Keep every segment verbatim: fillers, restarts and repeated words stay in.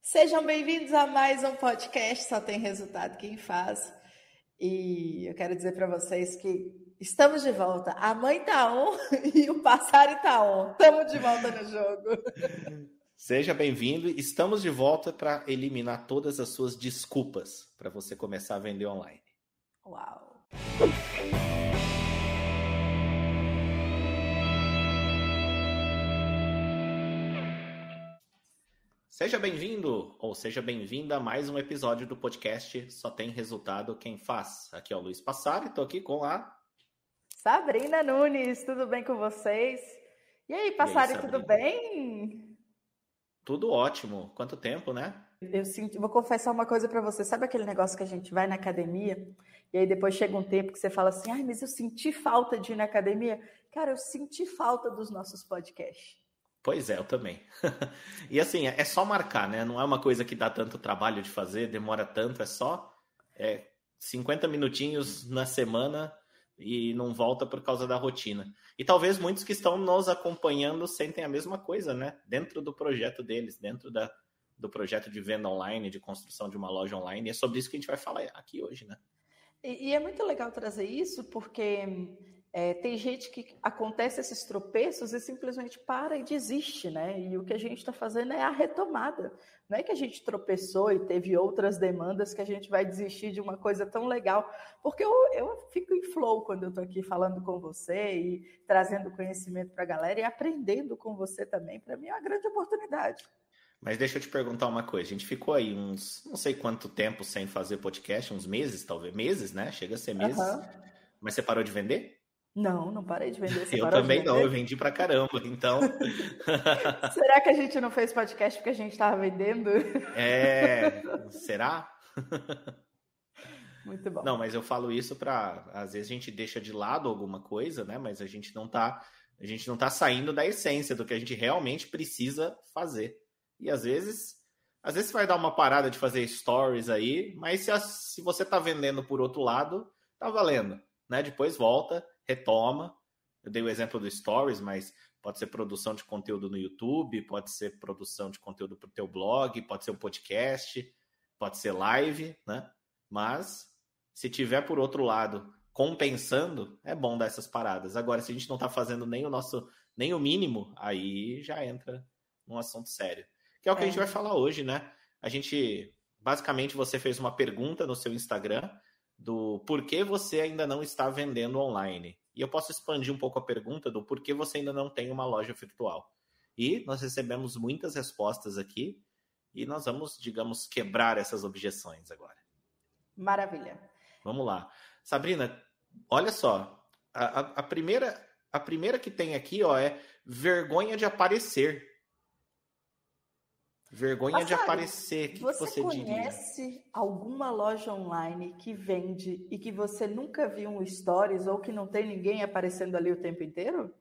Sejam bem-vindos a mais um podcast Só Tem Resultado Quem Faz. E eu quero dizer para vocês que estamos de volta. A mãe tá on e o passarinho tá on. Estamos de volta no jogo. Seja bem-vindo. Estamos de volta para eliminar todas as suas desculpas para você começar a vender online. Uau! Seja bem-vindo ou seja bem-vinda a mais um episódio do podcast Só Tem Resultado Quem Faz. Aqui é o Luiz Passari, estou aqui com a Sabrina Nunes, tudo bem com vocês? E aí, Passari, tudo bem? Tudo ótimo. Quanto tempo, né? Eu sinto, vou confessar uma coisa para você. Sabe aquele negócio que a gente vai na academia e aí depois chega um tempo que você fala assim, ai, mas eu senti falta de ir na academia? Cara, eu senti falta dos nossos podcasts. Pois é, eu também. E assim, é só marcar, né? Não é uma coisa que dá tanto trabalho de fazer, demora tanto, é só é, cinquenta minutinhos na semana e não volta por causa da rotina. E talvez muitos que estão nos acompanhando sentem a mesma coisa, né? Dentro do projeto deles, dentro da, do projeto de venda online, de construção de uma loja online. E é sobre isso que a gente vai falar aqui hoje, né? E, e é muito legal trazer isso, porque é, tem gente que acontece esses tropeços e simplesmente para e desiste, né? E o que a gente está fazendo é a retomada. Não é que a gente tropeçou e teve outras demandas que a gente vai desistir de uma coisa tão legal. Porque eu, eu fico em flow quando eu estou aqui falando com você e trazendo conhecimento para a galera e aprendendo com você também. Para mim é uma grande oportunidade. Mas deixa eu te perguntar uma coisa. A gente ficou aí uns, não sei quanto tempo sem fazer podcast, uns meses, talvez. Meses, né? Chega a ser meses. Uhum. Mas você parou de vender? Não, não parei de vender. Você eu também não, eu vendi pra caramba, então... Será que a gente não fez podcast porque a gente estava vendendo? É, será? Muito bom. Não, mas eu falo isso para às vezes a gente deixa de lado alguma coisa, né? Mas a gente não tá, a gente não tá saindo da essência do que a gente realmente precisa fazer. E às vezes, às vezes você vai dar uma parada de fazer stories aí, mas se, a, se você tá vendendo por outro lado, tá valendo, né? Depois volta, retoma. Eu dei o exemplo do stories, mas pode ser produção de conteúdo no YouTube, pode ser produção de conteúdo para o teu blog, pode ser um podcast, pode ser live, né? Mas se tiver por outro lado compensando, é bom dar essas paradas. Agora, se a gente não tá fazendo nem o nosso, nem o mínimo, aí já entra num assunto sério. Que é o que é. a gente vai falar hoje, né? A gente, basicamente, você fez uma pergunta no seu Instagram do porquê você ainda não está vendendo online. E eu posso expandir um pouco a pergunta do porquê você ainda não tem uma loja virtual. E nós recebemos muitas respostas aqui e nós vamos, digamos, quebrar essas objeções agora. Maravilha. Vamos lá. Sabrina, olha só, a, a, a, primeira, a primeira que tem aqui ó, é vergonha de aparecer. Vergonha Mas, de sabe, aparecer. O que você, que você conhece diria? alguma loja online que vende e que você nunca viu um stories ou que não tem ninguém aparecendo ali o tempo inteiro?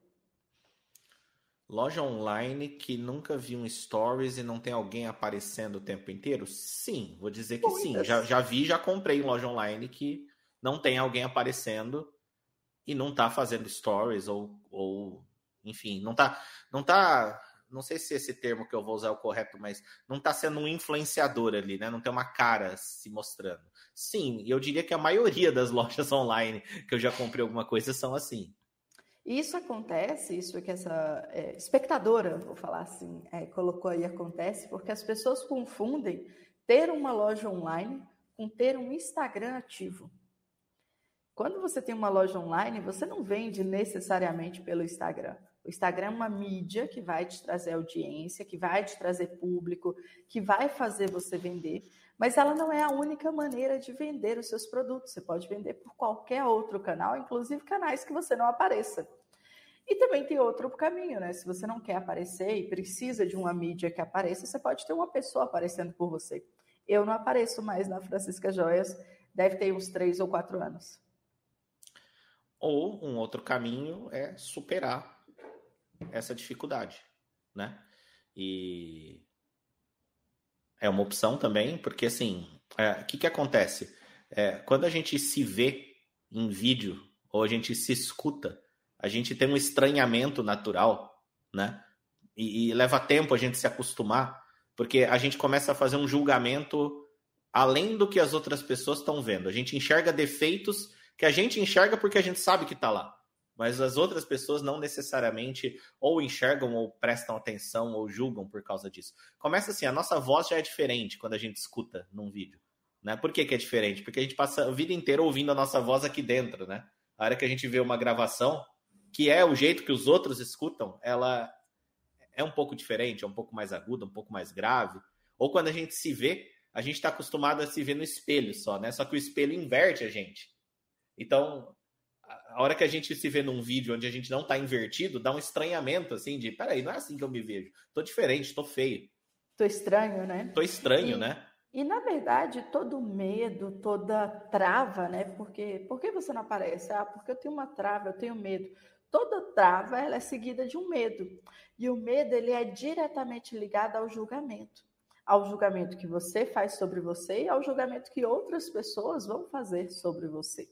Loja online que nunca viu um stories e não tem alguém aparecendo o tempo inteiro? Sim, vou dizer que Muitas. sim. Já, já vi, já comprei em loja online que não tem alguém aparecendo e não tá fazendo stories ou, ou enfim, não tá, não tá... Não sei se esse termo que eu vou usar é o correto, mas não está sendo um influenciador ali, né? Não tem uma cara se mostrando. Sim, eu diria que a maioria das lojas online que eu já comprei alguma coisa são assim. Isso acontece, isso que essa é, espectadora, vou falar assim, é, colocou aí, acontece, porque as pessoas confundem ter uma loja online com ter um Instagram ativo. Quando você tem uma loja online, você não vende necessariamente pelo Instagram. O Instagram é uma mídia que vai te trazer audiência, que vai te trazer público, que vai fazer você vender, mas ela não é a única maneira de vender os seus produtos. Você pode vender por qualquer outro canal, inclusive canais que você não apareça. E também tem outro caminho, né? Se você não quer aparecer e precisa de uma mídia que apareça, você pode ter uma pessoa aparecendo por você. Eu não apareço mais na Francisca Joias, deve ter uns três ou quatro anos. Ou um outro caminho é superar essa dificuldade, né? E é uma opção também, porque assim, é, o que que acontece? É, quando a gente se vê em vídeo ou a gente se escuta, a gente tem um estranhamento natural, né? E, e leva tempo a gente se acostumar, Porque a gente começa a fazer um julgamento além do que as outras pessoas estão vendo. A gente enxerga defeitos que a gente enxerga porque a gente sabe que está lá. Mas as outras pessoas não necessariamente ou enxergam ou prestam atenção ou julgam por causa disso. Começa assim, a nossa voz já é diferente quando a gente escuta num vídeo. Né? Por que que é diferente? Porque a gente passa a vida inteira ouvindo a nossa voz aqui dentro. Né? A hora que a gente vê uma gravação, que é o jeito que os outros escutam, ela é um pouco diferente, é um pouco mais aguda, um pouco mais grave. Ou quando a gente se vê, a gente está acostumado a se ver no espelho só, né? Só que o espelho inverte a gente. Então, a hora que a gente se vê num vídeo onde a gente não está invertido, dá um estranhamento, assim, de, peraí, não é assim que eu me vejo. Tô diferente, tô feio. Tô estranho, né? Tô estranho, e, né? E, na verdade, todo medo, toda trava, né? Porque, por que você não aparece? Ah, porque eu tenho uma trava, eu tenho medo. Toda trava, ela é seguida de um medo. E o medo, ele é diretamente ligado ao julgamento. Ao julgamento que você faz sobre você e ao julgamento que outras pessoas vão fazer sobre você.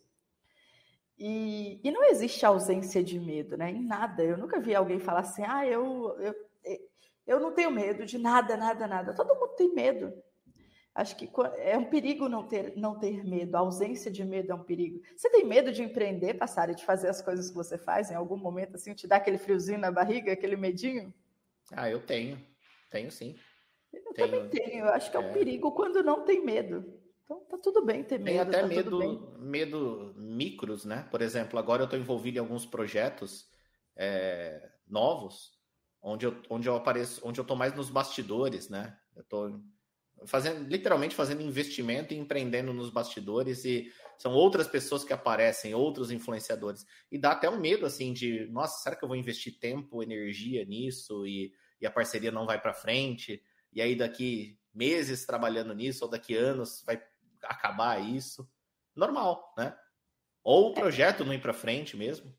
E, e não existe ausência de medo, né? Em nada. Eu nunca vi alguém falar assim, ah, eu, eu, eu não tenho medo de nada, nada, nada. Todo mundo tem medo. Acho que é um perigo não ter, não ter medo. A ausência de medo é um perigo. Você tem medo de empreender, Passari, de fazer as coisas que você faz? Em algum momento, assim, te dá aquele friozinho na barriga, aquele medinho? Ah, eu tenho. Tenho, sim. Eu tenho, também tenho. Eu acho que é um é... perigo quando não tem medo. Então, tá tudo bem ter medo. Tem até tá medo, tudo bem. medo micros, né? Por exemplo, agora eu estou envolvido em alguns projetos é, novos, onde eu, onde eu apareço, onde eu estou mais nos bastidores, né? Eu estou fazendo, literalmente fazendo investimento e empreendendo nos bastidores, e são outras pessoas que aparecem, outros influenciadores. E dá até um medo, assim, de, nossa, será que eu vou investir tempo, energia nisso e, e a parceria não vai para frente? E aí daqui meses trabalhando nisso, ou daqui anos vai acabar isso? Normal, né? Ou o projeto não ir para frente mesmo.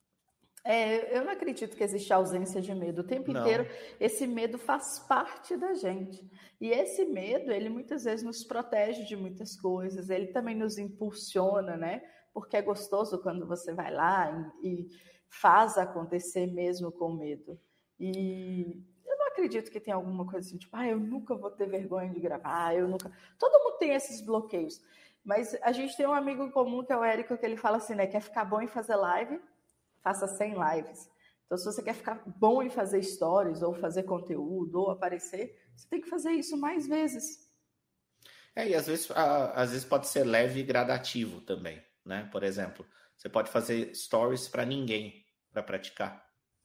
É, eu não acredito que existe ausência de medo. O tempo Não. inteiro, esse medo faz parte da gente. E esse medo, ele muitas vezes nos protege de muitas coisas. Ele também nos impulsiona, né? Porque é gostoso quando você vai lá e, e faz acontecer mesmo com medo. E eu não acredito que tenha alguma coisa assim, tipo, ah, eu nunca vou ter vergonha de gravar, eu nunca... Todo mundo tem esses bloqueios. Mas a gente tem um amigo em comum, que é o Érico, que ele fala assim, né? Quer ficar bom em fazer live? Faça cem lives. Então, se você quer ficar bom em fazer stories, ou fazer conteúdo, ou aparecer, você tem que fazer isso mais vezes. É, e às vezes, a, às vezes pode ser leve e gradativo também, né? Por exemplo, você pode fazer stories para ninguém, para praticar.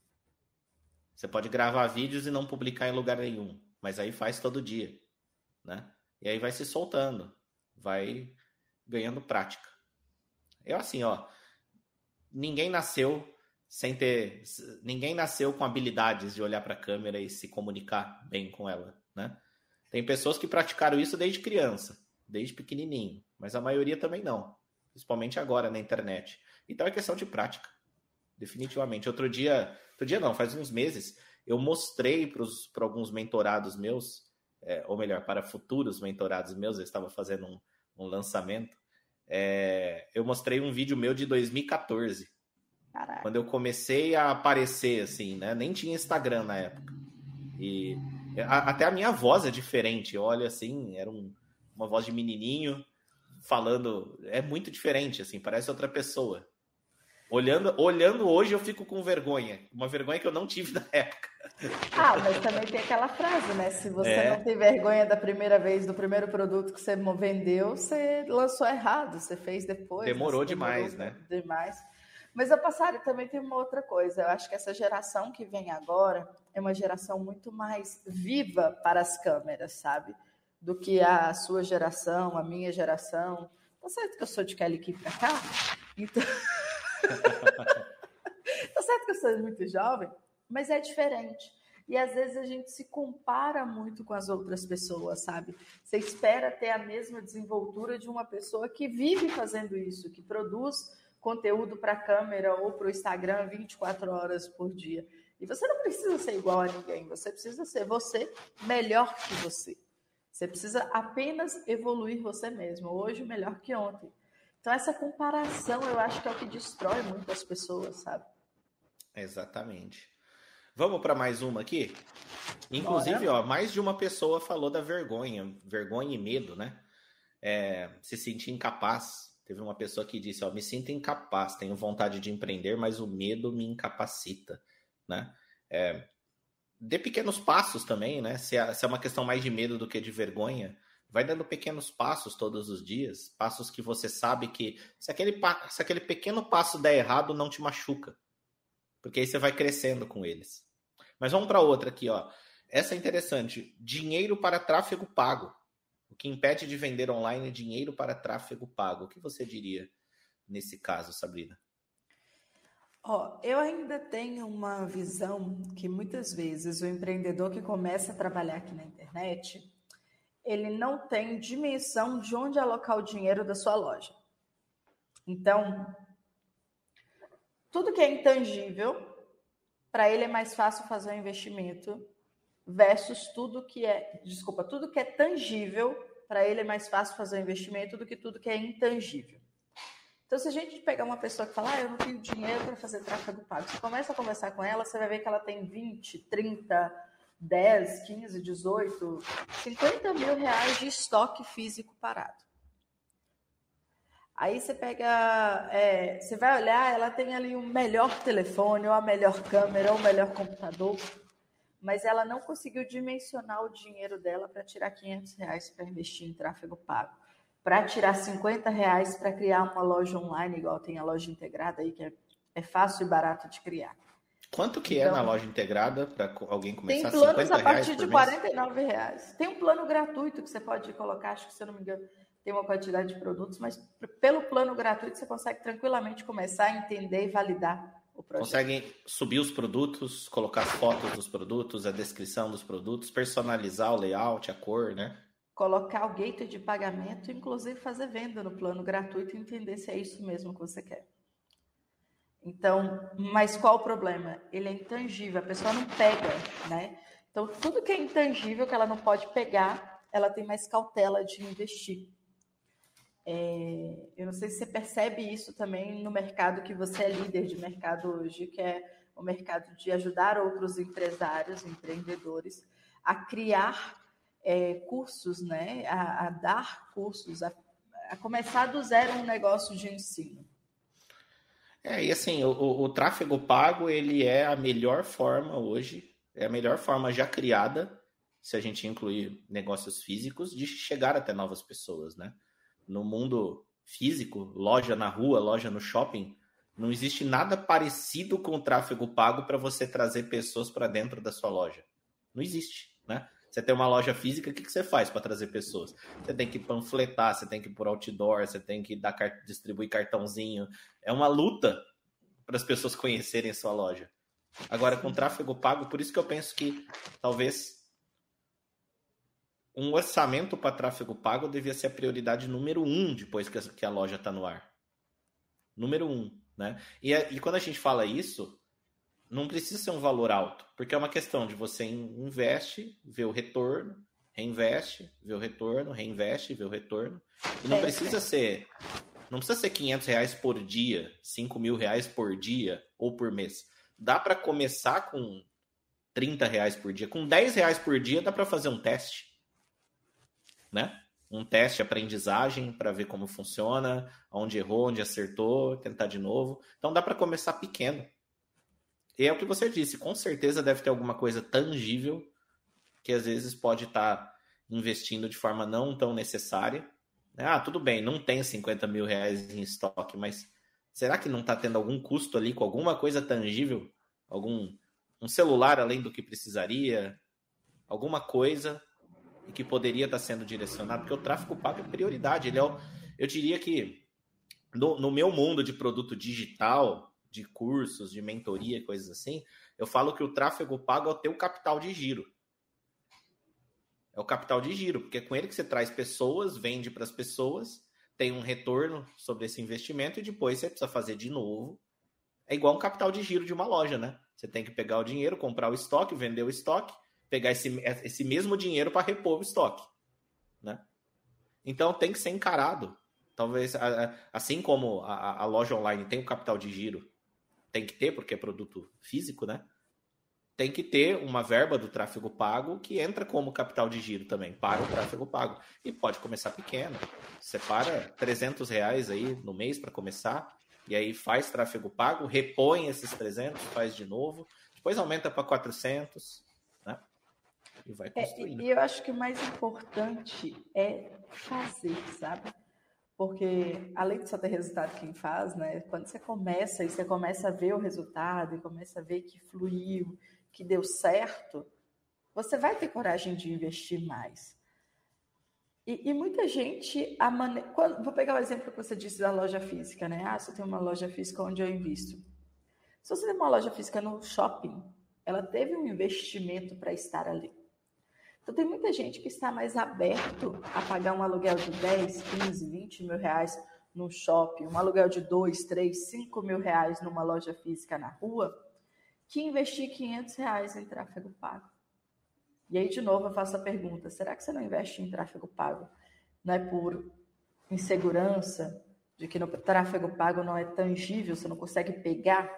Você pode gravar vídeos e não publicar em lugar nenhum, mas aí faz todo dia, né? E aí vai se soltando, vai ganhando prática. Eu assim, ó, ninguém nasceu sem ter, ninguém nasceu com habilidades de olhar para a câmera e se comunicar bem com ela, né? Tem pessoas que praticaram isso desde criança, desde pequenininho, mas a maioria também não, principalmente agora na internet. Então é questão de prática, definitivamente. Outro dia, outro dia não, faz uns meses, eu mostrei para alguns mentorados meus, é, ou melhor, para futuros mentorados meus, eu estava fazendo um, um lançamento, é, eu mostrei um vídeo meu de dois mil e quatorze. Caraca. Quando eu comecei a aparecer, assim, né? Nem tinha Instagram na época. E a, até a minha voz é diferente. Olha, assim, era um, uma voz de menininho falando. É muito diferente, assim, parece outra pessoa. Olhando, olhando hoje eu fico com vergonha. Uma vergonha que eu não tive na época. Ah, mas também tem aquela frase, né? Se você é. não tem vergonha da primeira vez, do primeiro produto que você vendeu, você lançou errado, você fez depois. Demorou né? demais, demorou né? Demais. Mas, a Passari, também tem uma outra coisa. Eu acho que essa geração que vem agora é uma geração muito mais viva para as câmeras, sabe? Do que a sua geração, a minha geração. Tá certo que eu sou de Kelly aqui pra cá? Então... tá certo que eu sou muito jovem, mas é diferente. E às vezes a gente se compara muito com as outras pessoas, sabe? Você espera ter a mesma desenvoltura de uma pessoa que vive fazendo isso, que produz conteúdo para a câmera ou para o Instagram vinte e quatro horas por dia. E você não precisa ser igual a ninguém, você precisa ser você melhor que você. Você precisa apenas evoluir você mesmo, hoje melhor que ontem. Então essa comparação eu acho que é o que destrói muito as pessoas, sabe? Exatamente. Vamos para mais uma aqui? Inclusive, ó, mais de uma pessoa falou da vergonha, vergonha e medo, né? É, se sentir incapaz. Teve uma pessoa que disse, ó, me sinto incapaz, tenho vontade de empreender, mas o medo me incapacita, né? É, dê pequenos passos também, né? Se é, se é uma questão mais de medo do que de vergonha, vai dando pequenos passos todos os dias, passos que você sabe que se aquele, se aquele pequeno passo der errado, não te machuca, porque aí você vai crescendo com eles. Mas vamos para outra aqui, ó. Essa é interessante. Dinheiro para tráfego pago. O que impede de vender online é dinheiro para tráfego pago. O que você diria nesse caso, Sabrina? Ó, eu ainda tenho uma visão que muitas vezes o empreendedor que começa a trabalhar aqui na internet, ele não tem dimensão de onde alocar o dinheiro da sua loja. Então, tudo que é intangível, para ele é mais fácil fazer um investimento versus tudo que é, desculpa, tudo que é tangível, para ele é mais fácil fazer um investimento do que tudo que é intangível. Então, se a gente pegar uma pessoa que fala, ah, eu não tenho dinheiro para fazer tráfego pago, você começa a conversar com ela, você vai ver que ela tem vinte, trinta, dez, quinze, dezoito, cinquenta mil reais de estoque físico parado. Aí você pega, é, você vai olhar, ela tem ali o melhor telefone, ou a melhor câmera, ou o melhor computador, mas ela não conseguiu dimensionar o dinheiro dela para tirar quinhentos reais para investir em tráfego pago, para tirar cinquenta reais para criar uma loja online, igual tem a loja integrada aí, que é, é fácil e barato de criar. Quanto que então, é na loja integrada para alguém começar? Tem planos a partir de quarenta e nove reais. Tem um plano gratuito que você pode colocar, acho que, se eu não me engano, tem uma quantidade de produtos, mas pelo plano gratuito você consegue tranquilamente começar a entender e validar o projeto. Conseguem subir os produtos, colocar as fotos dos produtos, a descrição dos produtos, personalizar o layout, a cor, né? Colocar o gateway de pagamento, inclusive fazer venda no plano gratuito e entender se é isso mesmo que você quer. Então, mas qual o problema? Ele é intangível, a pessoa não pega, né? Então, tudo que é intangível, que ela não pode pegar, ela tem mais cautela de investir. É, eu não sei se você percebe isso também no mercado que você é líder de mercado hoje, que é o mercado de ajudar outros empresários, empreendedores, a criar é, cursos, né? a, a dar cursos, a, a começar do zero um negócio de ensino. É, e assim, o, o, o tráfego pago, ele é a melhor forma hoje, é a melhor forma já criada, se a gente incluir negócios físicos, de chegar até novas pessoas, né? No mundo físico, loja na rua, loja no shopping, não existe nada parecido com o tráfego pago para você trazer pessoas para dentro da sua loja. Não existe, né? Você tem uma loja física, o que, que você faz para trazer pessoas? Você tem que panfletar, você tem que pôr outdoor, você tem que dar, distribuir cartãozinho. É uma luta para as pessoas conhecerem a sua loja. Agora, com tráfego pago, por isso que eu penso que talvez um orçamento para tráfego pago devia ser a prioridade número um depois que a, que a loja está no ar. Número um, né? E, e quando a gente fala isso, não precisa ser um valor alto, porque é uma questão de você investe, vê o retorno, reinveste, vê o retorno, reinveste, vê o retorno. E não precisa ser, não precisa ser quinhentos reais por dia, cinco mil reais por dia ou por mês. Dá para começar com trinta reais por dia. Com dez reais por dia dá para fazer um teste, né? Um teste de aprendizagem para ver como funciona, onde errou, onde acertou, tentar de novo. Então dá para começar pequeno. E é o que você disse, com certeza deve ter alguma coisa tangível que às vezes pode estar investindo de forma não tão necessária. Ah, tudo bem, não tem cinquenta mil reais em estoque, mas será que não está tendo algum custo ali com alguma coisa tangível? Algum um celular além do que precisaria? Alguma coisa que poderia estar sendo direcionado? Porque o tráfego pago é prioridade. Ele é o, eu diria que no, no meu mundo de produto digital, de cursos, de mentoria, coisas assim, eu falo que o tráfego pago é o teu capital de giro. É o capital de giro, porque é com ele que você traz pessoas, vende para as pessoas, tem um retorno sobre esse investimento e depois você precisa fazer de novo. É igual um capital de giro de uma loja, né? Você tem que pegar o dinheiro, comprar o estoque, vender o estoque, pegar esse, esse mesmo dinheiro para repor o estoque, né? Então tem que ser encarado. Talvez, assim como a, a loja online tem o capital de giro, tem que ter, porque é produto físico, né? tem que ter uma verba do tráfego pago que entra como capital de giro também, para o tráfego pago. E pode começar pequeno. Separa trezentos reais aí no mês para começar, e aí faz tráfego pago, repõe esses trezentos, faz de novo, depois aumenta para quatrocentos, né? E vai construindo. É, e eu acho que o mais importante é fazer, sabe? Porque além de só ter resultado quem faz, né? Quando você começa e você começa a ver o resultado e começa a ver que fluiu, que deu certo, você vai ter coragem de investir mais. E, e muita gente, a mane... Quando, vou pegar o exemplo que você disse da loja física, né? Ah, se eu tenho uma loja física onde eu invisto. Se você tem uma loja física no shopping, ela teve um investimento para estar ali. Então, tem muita gente que está mais aberto a pagar um aluguel de dez, quinze, vinte mil reais num shopping, um aluguel de dois, três, cinco mil reais numa loja física na rua, que investir quinhentos reais em tráfego pago. E aí, de novo, eu faço a pergunta, será que você não investe em tráfego pago? Não é por insegurança de que no tráfego pago não é tangível, você não consegue pegar?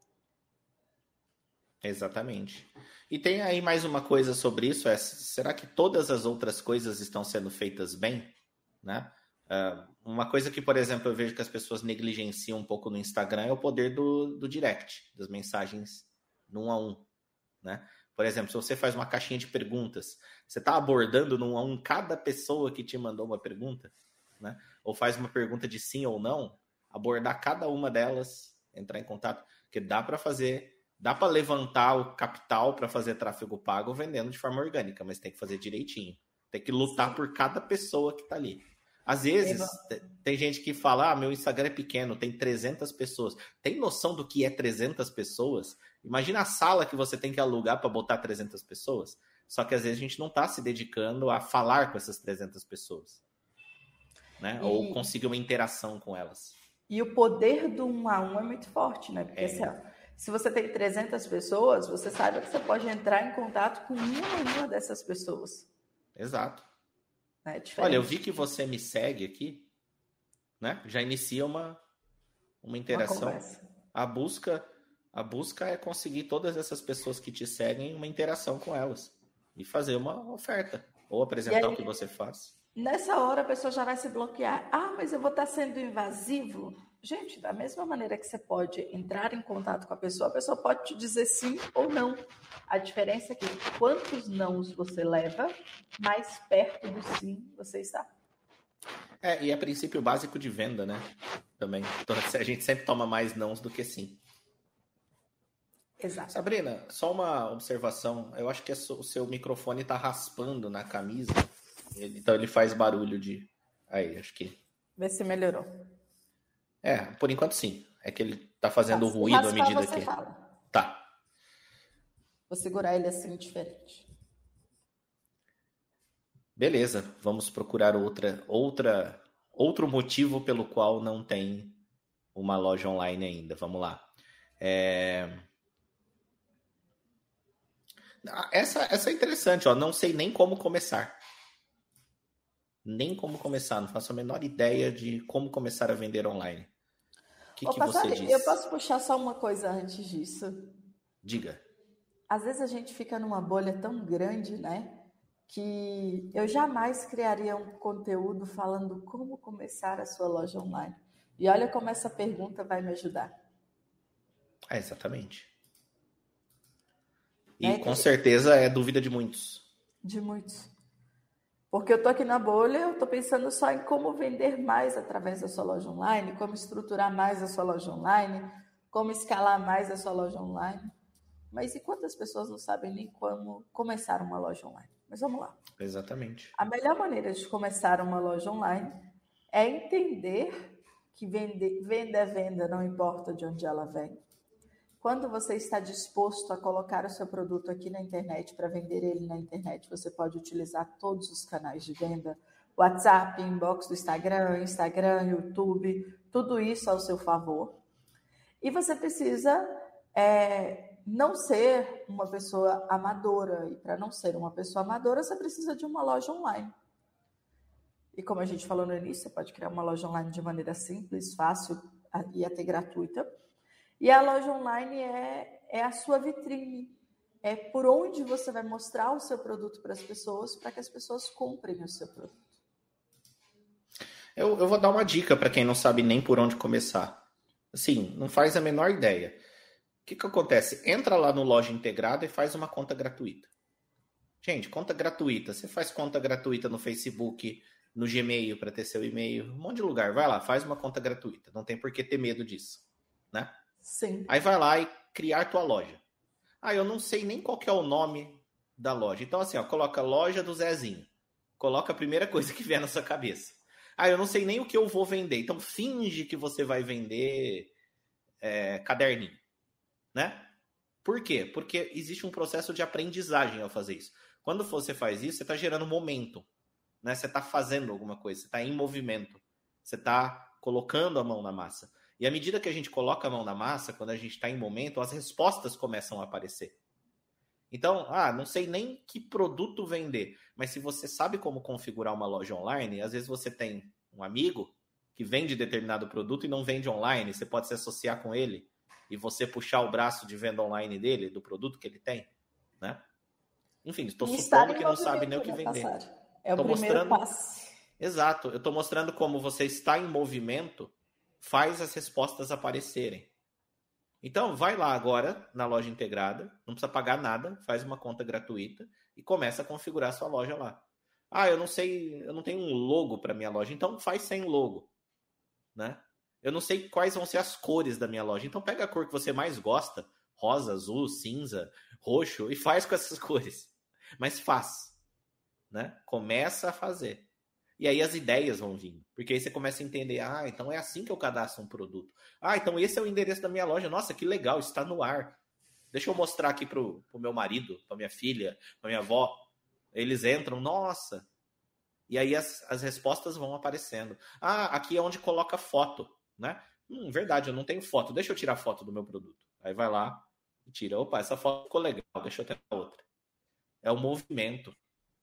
Exatamente. E tem aí mais uma coisa sobre isso, é, será que todas as outras coisas estão sendo feitas bem? Né? Uh, uma coisa que, por exemplo, eu vejo que as pessoas negligenciam um pouco no Instagram é o poder do, do direct, das mensagens no um a um. Né? Por exemplo, se você faz uma caixinha de perguntas, você está abordando no um a um cada pessoa que te mandou uma pergunta, né? Ou faz uma pergunta de sim ou não, abordar cada uma delas, entrar em contato, porque dá para fazer... Dá para levantar o capital para fazer tráfego pago vendendo de forma orgânica, mas tem que fazer direitinho. Tem que lutar Sim. por cada pessoa que está ali. Às vezes, é tem gente que fala, ah, meu Instagram é pequeno, tem trezentas pessoas. Tem noção do que é trezentas pessoas? Imagina a sala que você tem que alugar para botar trezentas pessoas. Só que às vezes a gente não está se dedicando a falar com essas trezentas pessoas. Né? E... Ou conseguir uma interação com elas. E o poder do um a um é muito forte, né? Porque é. assim, ó, se você tem trezentas pessoas, você sabe que você pode entrar em contato com uma uma dessas pessoas. Exato. É Olha, eu vi que você me segue aqui, né? Já inicia uma, uma interação. Uma conversa. A busca, a busca é conseguir todas essas pessoas que te seguem uma interação com elas e fazer uma oferta ou apresentar aí, o que você faz. Nessa hora a pessoa já vai se bloquear. Ah, mas eu vou estar sendo invasivo? Gente, da mesma maneira que você pode entrar em contato com a pessoa, a pessoa pode te dizer sim ou não. A diferença é que quantos nãos você leva, mais perto do sim você está. É, e é princípio básico de venda, né? Também. Então, a gente sempre toma mais nãos do que sim. Exato. Sabrina, só uma observação. Eu acho que o seu microfone está raspando na camisa. Então ele faz barulho de... Aí, acho que... Vê se melhorou. É, por enquanto sim. É que ele tá fazendo tá, ruído à medida você que... Fala. Tá. Vou segurar ele assim, diferente. Beleza, vamos procurar outra, outra, outro motivo pelo qual não tem uma loja online ainda. Vamos lá. É... Essa, essa é interessante, ó. Não sei nem como começar. Nem como começar, não faço a menor ideia de como começar a vender online. O que, Ô, que Passari, você diz? Eu posso puxar só uma coisa antes disso? Diga. Às vezes a gente fica numa bolha tão grande, né? Que eu jamais criaria um conteúdo falando como começar a sua loja online. E olha como essa pergunta vai me ajudar. É, exatamente. E é com que... certeza é dúvida de muitos. De muitos. Porque eu tô aqui na bolha, eu tô pensando só em como vender mais através da sua loja online, como estruturar mais a sua loja online, como escalar mais a sua loja online. Mas e quantas pessoas não sabem nem como começar uma loja online? Mas vamos lá. Exatamente. A melhor maneira de começar uma loja online é entender que vender, venda é venda, não importa de onde ela vem. Quando você está disposto a colocar o seu produto aqui na internet, para vender ele na internet, você pode utilizar todos os canais de venda, WhatsApp, inbox do Instagram, Instagram, YouTube, tudo isso ao seu favor. E você precisa é, não ser uma pessoa amadora. E para não ser uma pessoa amadora, você precisa de uma loja online. E como a gente falou no início, você pode criar uma loja online de maneira simples, fácil e até gratuita. E a loja online é, é a sua vitrine, é por onde você vai mostrar o seu produto para as pessoas, para que as pessoas comprem o seu produto. Eu, eu vou dar uma dica para quem não sabe nem por onde começar. Assim, não faz a menor ideia. O que, que acontece? Entra lá no Loja Integrada e faz uma conta gratuita. Gente, conta gratuita. Você faz conta gratuita no Facebook, no Gmail para ter seu e-mail, um monte de lugar. Vai lá, faz uma conta gratuita. Não tem por que ter medo disso, né? Sim. Aí vai lá e criar tua loja. Ah, eu não sei nem qual que é o nome da loja. Então assim, ó, coloca loja do Zezinho. Coloca a primeira coisa que vier na sua cabeça. Ah, eu não sei nem o que eu vou vender. Então finge que você vai vender é, caderninho, né? Por quê? Porque existe um processo de aprendizagem ao fazer isso. Quando você faz isso, você está gerando momento, né? Você está fazendo alguma coisa, você está em movimento, você está colocando a mão na massa. E à medida que a gente coloca a mão na massa, quando a gente está em momento, as respostas começam a aparecer. Então, ah, não sei nem que produto vender, mas se você sabe como configurar uma loja online, às vezes você tem um amigo que vende determinado produto e não vende online, você pode se associar com ele e você puxar o braço de venda online dele, do produto que ele tem, né? Enfim, estou supondo que não sabe nem o que vender. É o tô primeiro mostrando... passo. Exato, eu estou mostrando como você está em movimento, faz as respostas aparecerem. Então, vai lá agora na loja integrada, não precisa pagar nada, faz uma conta gratuita e começa a configurar a sua loja lá. Ah, eu não sei, eu não tenho um logo para minha loja, então faz sem logo, né? Eu não sei quais vão ser as cores da minha loja, então pega a cor que você mais gosta, rosa, azul, cinza, roxo, e faz com essas cores. Mas faz, né? Começa a fazer. E aí as ideias vão vindo. Porque aí você começa a entender, ah, então é assim que eu cadastro um produto. Ah, então esse é o endereço da minha loja. Nossa, que legal, está no ar. Deixa eu mostrar aqui pro, pro meu marido, pra minha filha, pra minha avó. Eles entram, nossa. E aí as, as respostas vão aparecendo. Ah, aqui é onde coloca foto, né? Hum, verdade, eu não tenho foto. Deixa eu tirar foto do meu produto. Aí vai lá e tira. Opa, essa foto ficou legal, deixa eu ter outra. É o movimento.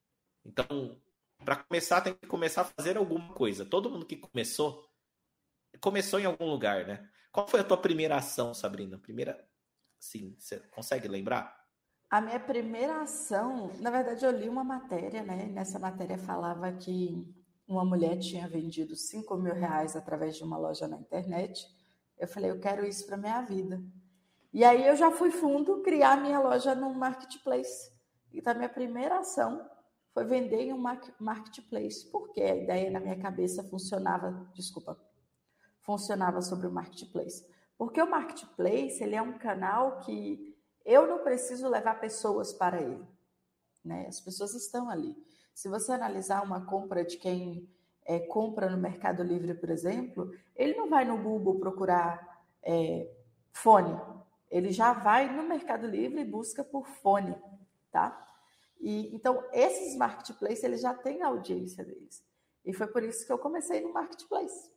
Então, para começar, tem que começar a fazer alguma coisa. Todo mundo que começou, começou em algum lugar, né? Qual foi a tua primeira ação, Sabrina? Primeira, sim, você consegue lembrar? A minha primeira ação, na verdade, eu li uma matéria, né? Nessa matéria falava que uma mulher tinha vendido cinco mil reais através de uma loja na internet. Eu falei, eu quero isso para minha vida. E aí eu já fui fundo criar minha loja no marketplace. Então, a minha primeira ação foi vender em um marketplace, porque a ideia na minha cabeça funcionava, desculpa, funcionava sobre o marketplace. Porque o marketplace, ele é um canal que eu não preciso levar pessoas para ele, né? As pessoas estão ali. Se você analisar uma compra de quem é, compra no Mercado Livre, por exemplo, ele não vai no Google procurar é, fone, ele já vai no Mercado Livre e busca por fone, tá? E, então, esses marketplaces, eles já têm a audiência deles. E foi por isso que eu comecei no marketplace.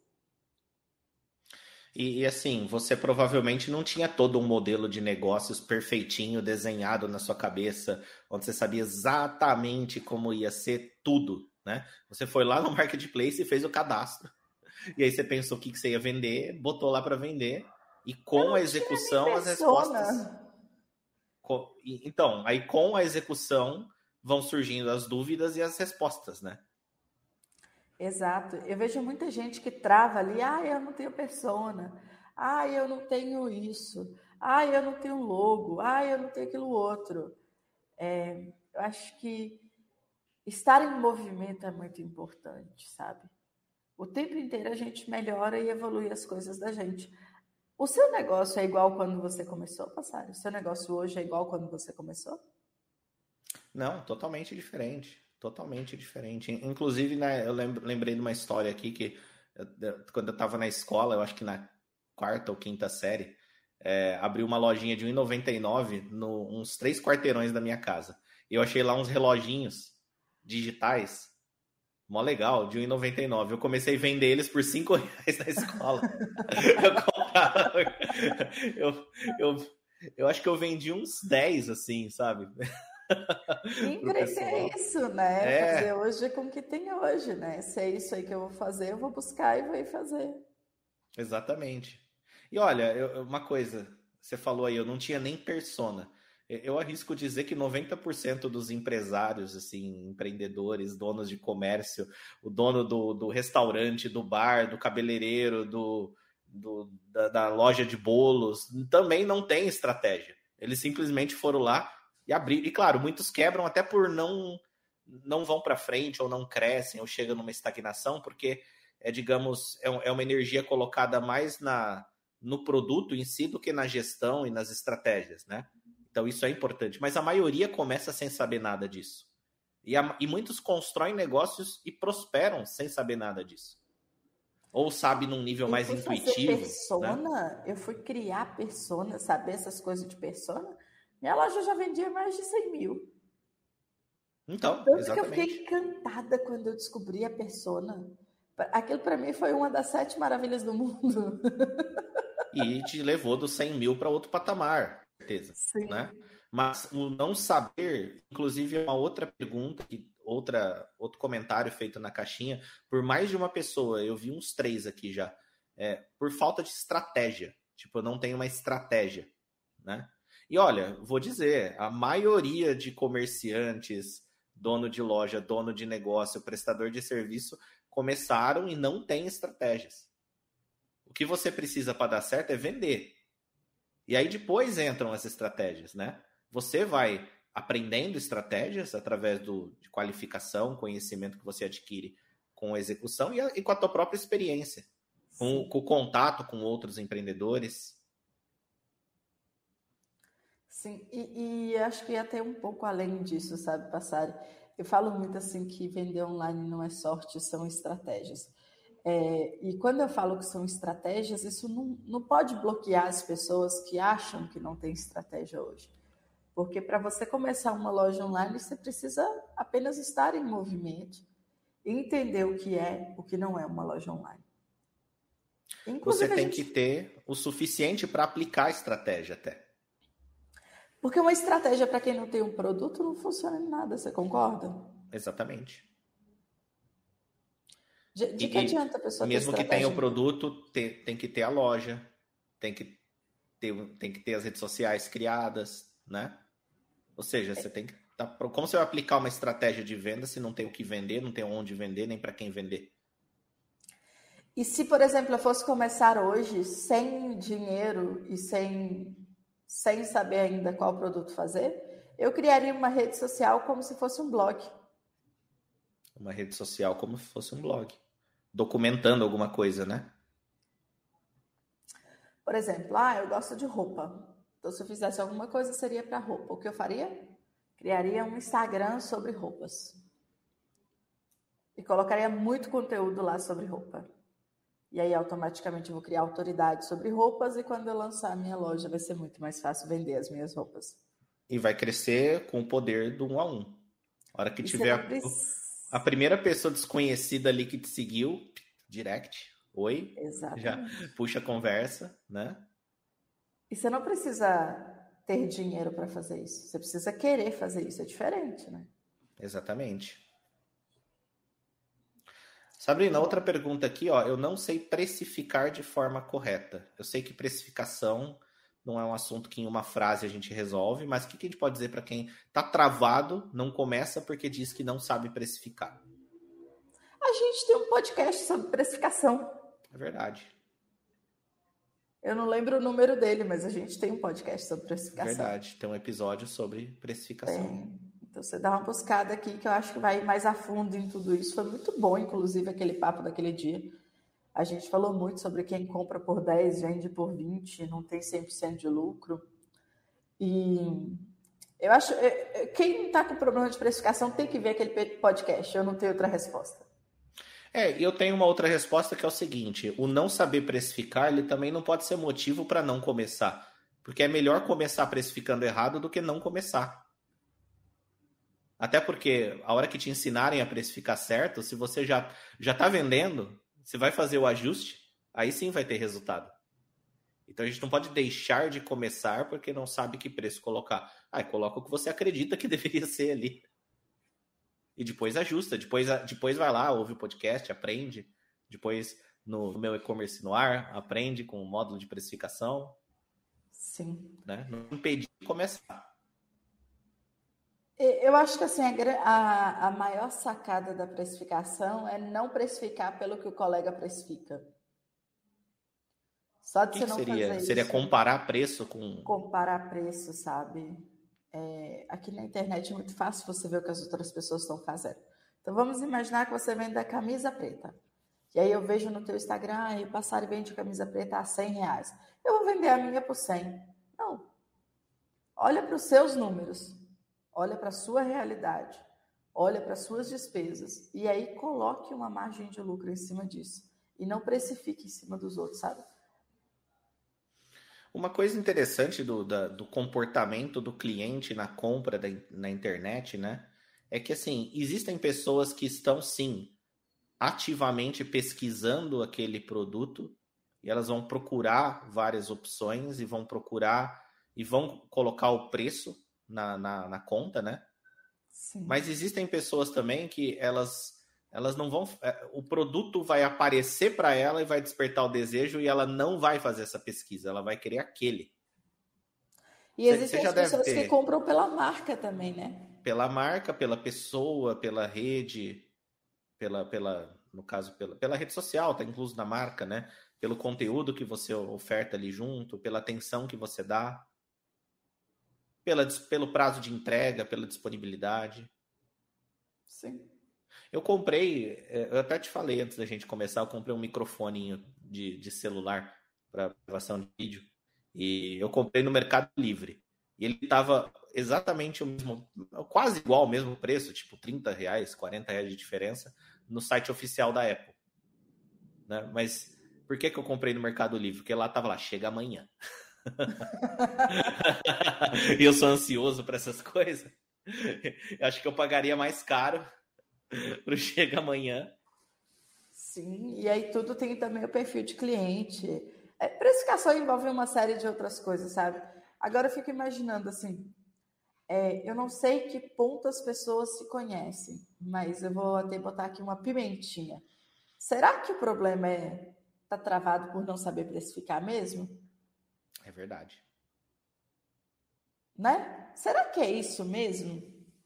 E, e assim, você provavelmente não tinha todo um modelo de negócios perfeitinho, desenhado na sua cabeça, onde você sabia exatamente como ia ser tudo, né? Você foi lá no marketplace e fez o cadastro. E aí você pensou o que, que você ia vender, botou lá para vender, e com a execução as respostas... Então, aí com a execução vão surgindo as dúvidas e as respostas, né? Exato. Eu vejo muita gente que trava ali, ah, eu não tenho persona, ah, eu não tenho isso, ah, eu não tenho logo, ah, eu não tenho aquilo outro. É, eu acho que estar em movimento é muito importante, sabe? O tempo inteiro a gente melhora e evolui as coisas da gente. O seu negócio é igual quando você começou, Passari? O seu negócio hoje é igual quando você começou? Não, totalmente diferente. Totalmente diferente. Inclusive, né, eu lembrei de uma história aqui que quando eu estava na escola, eu acho que na quarta ou quinta série, é, abri uma lojinha de um real e noventa e nove centavos no, uns três quarteirões da minha casa. E eu achei lá uns reloginhos digitais, mó legal, de um real e noventa e nove centavos. Eu comecei a vender eles por cinco reais na escola. eu comprava... Eu, eu, eu acho que eu vendi uns dez, assim, sabe? E empreender é isso, né? É. Fazer hoje com o que tem hoje, né? Se é isso aí que eu vou fazer, eu vou buscar e vou ir fazer. Exatamente. E olha, eu, uma coisa, você falou aí, eu não tinha nem persona. eu arrisco dizer que noventa por cento dos empresários, assim, empreendedores, donos de comércio, o dono do, do restaurante, do bar, do cabeleireiro, do, do, da, da loja de bolos, também não tem estratégia. Eles simplesmente foram lá e abriram. E claro, muitos quebram até por não, não vão para frente, ou não crescem, ou chegam numa estagnação, porque é, digamos, é, é uma energia colocada mais na, no produto em si do que na gestão e nas estratégias, né? Então, isso é importante. Mas a maioria começa sem saber nada disso. E, a, e muitos constroem negócios e prosperam sem saber nada disso. Ou sabe num nível eu mais fui intuitivo. Persona, né? Eu fui criar persona, saber essas coisas de persona. Minha loja já vendia mais de cem mil. Então, Tanto exatamente. que eu fiquei encantada quando eu descobri a persona. Aquilo para mim foi uma das sete maravilhas do mundo. E te levou dos cem mil para outro patamar. Certeza, Sim. Né? Mas o não saber, inclusive, é uma outra pergunta, outra, outro comentário feito na caixinha, por mais de uma pessoa, eu vi uns três aqui já, é, por falta de estratégia. Tipo, eu não tenho uma estratégia, né? E olha, vou dizer, a maioria de comerciantes, dono de loja, dono de negócio, prestador de serviço, começaram e não têm estratégias. O que você precisa para dar certo é vender. E aí depois entram as estratégias, né? Você vai aprendendo estratégias através do, de qualificação, conhecimento que você adquire com a execução e, a, e com a tua própria experiência, com, com o contato com outros empreendedores. Sim, e, e acho que até um pouco além disso, sabe, Passari? Eu falo muito assim que vender online não é sorte, são estratégias. É, e quando eu falo que são estratégias, isso não, não pode bloquear as pessoas que acham que não tem estratégia hoje. Porque para você começar uma loja online, você precisa apenas estar em movimento e entender o que é, o que não é uma loja online. Inclusive, você tem gente... que ter o suficiente para aplicar a estratégia até. Porque uma estratégia para quem não tem um produto não funciona em nada, você concorda? Exatamente. De, de que e, adianta a pessoa mesmo ter que tenha o produto, tem, tem que ter a loja, tem que ter, tem que ter as redes sociais criadas, né? Ou seja, você tem que tá, como você vai aplicar uma estratégia de venda se não tem o que vender, não tem onde vender, nem para quem vender? E se, por exemplo, eu fosse começar hoje sem dinheiro e sem, sem saber ainda qual produto fazer, eu criaria uma rede social como se fosse um blog. Uma rede social como se fosse um blog. Documentando alguma coisa, né? Por exemplo, ah, eu gosto de roupa. Então, se eu fizesse alguma coisa, seria para roupa. O que eu faria? Criaria um Instagram sobre roupas. E colocaria muito conteúdo lá sobre roupa. E aí, automaticamente, eu vou criar autoridade sobre roupas e quando eu lançar a minha loja, vai ser muito mais fácil vender as minhas roupas. E vai crescer com o poder do um a um. A hora que e tiver a, a primeira pessoa desconhecida ali que te seguiu, direct, oi, Exatamente. Já puxa a conversa, né? E você não precisa ter dinheiro para fazer isso. Você precisa querer fazer isso. É diferente, né? Exatamente. Sabrina, outra pergunta aqui, ó. Eu não sei precificar de forma correta. Eu sei que precificação não é um assunto que em uma frase a gente resolve, mas o que a gente pode dizer para quem está travado, não começa porque diz que não sabe precificar? A gente tem um podcast sobre precificação. É verdade. Eu não lembro o número dele, mas a gente tem um podcast sobre precificação. Verdade, tem um episódio sobre precificação. Tem. Então você dá uma buscada aqui que eu acho que vai mais a fundo em tudo isso. Foi muito bom, inclusive, aquele papo daquele dia. A gente falou muito sobre quem compra por dez, vende por vinte, não tem cem por cento de lucro. E eu acho quem está com problema de precificação tem que ver aquele podcast. Eu não tenho outra resposta. É, eu tenho uma outra resposta que é o seguinte: o não saber precificar, ele também não pode ser motivo para não começar. Porque é melhor começar precificando errado do que não começar. Até porque a hora que te ensinarem a precificar certo, se você já já está vendendo, você vai fazer o ajuste, aí sim vai ter resultado. Então a gente não pode deixar de começar porque não sabe que preço colocar. Ah, coloca o que você acredita que deveria ser ali. E depois ajusta, depois, depois vai lá, ouve o podcast, aprende. Depois no meu e-commerce no ar, aprende com o módulo de precificação. Sim. Né? Não impedir de começar. Eu acho que assim, a, a maior sacada da precificação é não precificar pelo que o colega precifica. Só de que você que não seria? fazer Seria isso, comparar preço com... comparar preço, sabe? É, aqui na internet é muito fácil você ver o que as outras pessoas estão fazendo. Então vamos imaginar que você vende a camisa preta. E aí eu vejo no teu Instagram, e passar e vende camisa preta a cem reais. Eu vou vender a minha por cem. Não. Olha para os seus números. Olha para a sua realidade. Olha para as suas despesas. E aí coloque uma margem de lucro em cima disso. E não precifique em cima dos outros, sabe? Uma coisa interessante do, da, do comportamento do cliente na compra da, na internet, né? É que, assim, existem pessoas que estão, sim, ativamente pesquisando aquele produto e elas vão procurar várias opções e vão procurar e vão colocar o preço na, na, na conta, né? Sim. Mas existem pessoas também que elas, elas não vão... O produto vai aparecer para ela e vai despertar o desejo e ela não vai fazer essa pesquisa, ela vai querer aquele. E existem Você já as deve pessoas que ter... compram pela marca também, né? Pela marca, pela pessoa, pela rede, pela, pela no caso, pela, pela rede social, tá incluso na marca, né? Pelo conteúdo que você oferta ali junto, pela atenção que você dá, pela, pelo prazo de entrega, pela disponibilidade. Sim. Eu comprei, eu até te falei antes da gente começar, eu comprei um microfone de, de celular para gravação de vídeo. E eu comprei no Mercado Livre. E ele estava exatamente o mesmo, quase igual ao mesmo preço, tipo trinta reais, quarenta reais de diferença, no site oficial da Apple. Né? Mas por que, que eu comprei no Mercado Livre? Porque lá estava lá, chega amanhã. E eu sou ansioso para essas coisas. Eu acho que eu pagaria mais caro para o chega amanhã. Sim, e aí tudo tem também o perfil de cliente. É, precificação envolve uma série de outras coisas, sabe? Agora eu fico imaginando assim, é, eu não sei que ponto as pessoas se conhecem, mas eu vou até botar aqui uma pimentinha. Será que o problema é tá travado por não saber precificar mesmo? É verdade. Né? Será que é isso mesmo?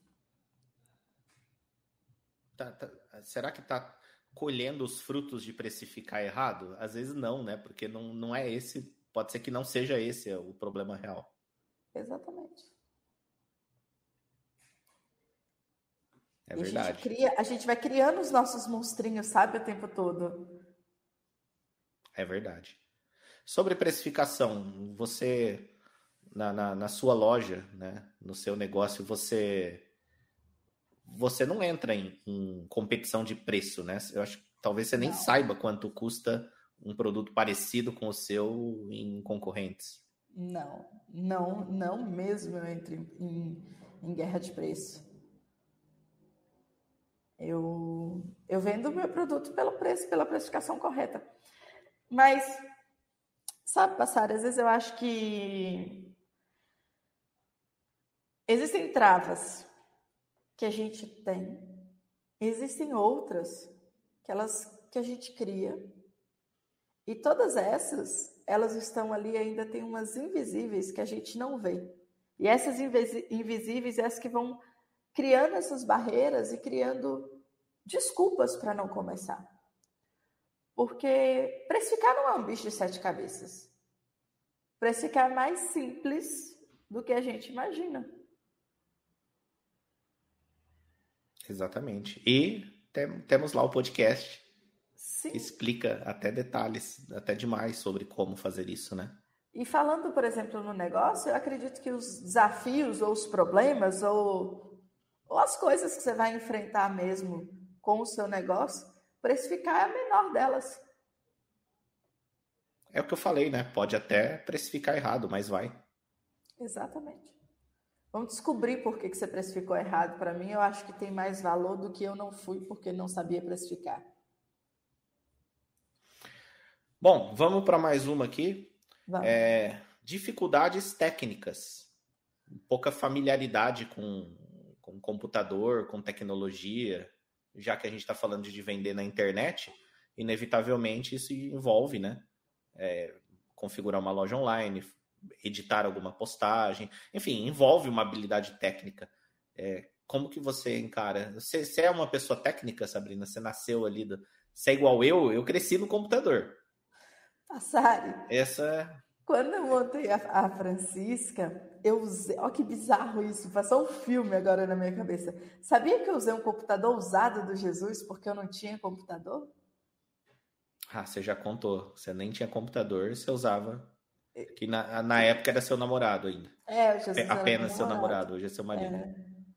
Tá, tá, será que está colhendo os frutos de precificar errado? Às vezes não, né? Porque não, não é esse, pode ser que não seja esse o problema real. Exatamente. É e verdade. A gente, cria, a gente vai criando os nossos monstrinhos, sabe, o tempo todo. É verdade. Sobre precificação, você, na, na, na sua loja, né, no seu negócio, você você não entra em, em competição de preço, né? Eu acho que talvez você nem Não. saiba quanto custa um produto parecido com o seu em concorrentes. Não, não, não mesmo eu entro em, em, em guerra de preço. Eu, eu vendo o meu produto pelo preço, pela precificação correta. Mas, sabe, Passara, às vezes eu acho que existem travas que a gente tem, existem outras que, elas, que a gente cria, e todas essas, elas estão ali, ainda tem umas invisíveis que a gente não vê. E essas invisíveis é as que vão criando essas barreiras e criando desculpas para não começar. Porque precificar não é um bicho de sete cabeças. Precificar é mais simples do que a gente imagina. Exatamente. E tem, temos lá o podcast Sim. que explica até detalhes, até demais sobre como fazer isso, né? E falando, por exemplo, no negócio, eu acredito que os desafios ou os problemas ou, ou as coisas que você vai enfrentar mesmo com o seu negócio, precificar é a menor delas. É o que eu falei, né? Pode até precificar errado, mas vai. Exatamente. Vamos descobrir por que, que você precificou errado. Para mim, eu acho que tem mais valor do que eu não fui porque não sabia precificar. Bom, vamos para mais uma aqui. Vamos. É, dificuldades técnicas. Pouca familiaridade com, com computador, com tecnologia. Já que a gente está falando de vender na internet, inevitavelmente isso envolve, né? É, configurar uma loja online, editar alguma postagem, enfim, envolve uma habilidade técnica. É, como que você encara? Você, você é uma pessoa técnica, Sabrina? Você nasceu ali, do... você é igual eu? Eu cresci no computador. Passari, Essa... quando eu montei a, a Francisca, eu usei... Olha que bizarro isso, passou um filme agora na minha cabeça. Sabia que eu usei um computador usado do Jesus porque eu não tinha computador? Ah, você já contou. Você nem tinha computador, você usava... Que na, na época era seu namorado ainda. É, o Jesus era Apenas meu seu namorado. namorado, hoje é seu marido. É.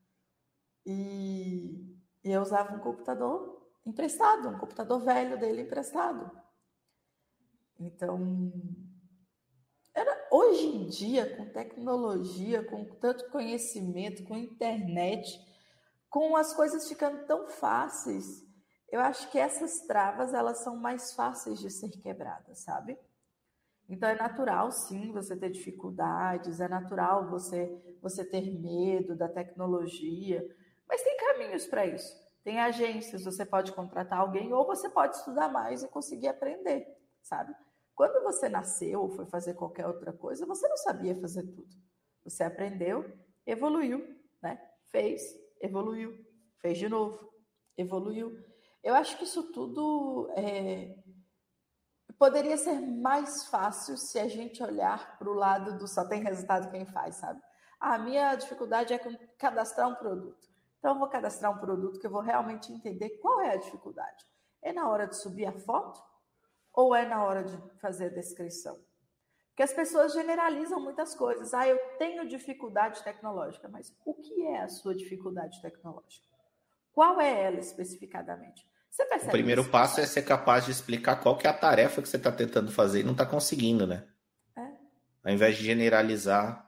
E, e eu usava um computador emprestado, um computador velho dele emprestado. Então, era, hoje em dia, com tecnologia, com tanto conhecimento, com internet, com as coisas ficando tão fáceis, eu acho que essas travas elas são mais fáceis de ser quebradas, sabe? Então é natural, sim, você ter dificuldades, é natural você, você ter medo da tecnologia, mas tem caminhos para isso. Tem agências, você pode contratar alguém ou você pode estudar mais e conseguir aprender, sabe? Quando você nasceu ou foi fazer qualquer outra coisa, você não sabia fazer tudo. Você aprendeu, evoluiu, né? Fez, evoluiu, fez de novo, evoluiu. Eu acho que isso tudo é... poderia ser mais fácil se a gente olhar para o lado do só tem resultado quem faz, sabe? A minha dificuldade é cadastrar um produto. Então, eu vou cadastrar um produto que eu vou realmente entender qual é a dificuldade. É na hora de subir a foto ou é na hora de fazer a descrição? Porque as pessoas generalizam muitas coisas. Ah, eu tenho dificuldade tecnológica, mas o que é a sua dificuldade tecnológica? Qual é ela especificadamente? Você percebe O primeiro isso, passo sabe? é ser capaz de explicar qual que é a tarefa que você está tentando fazer e não está conseguindo, né? É. Ao invés de generalizar.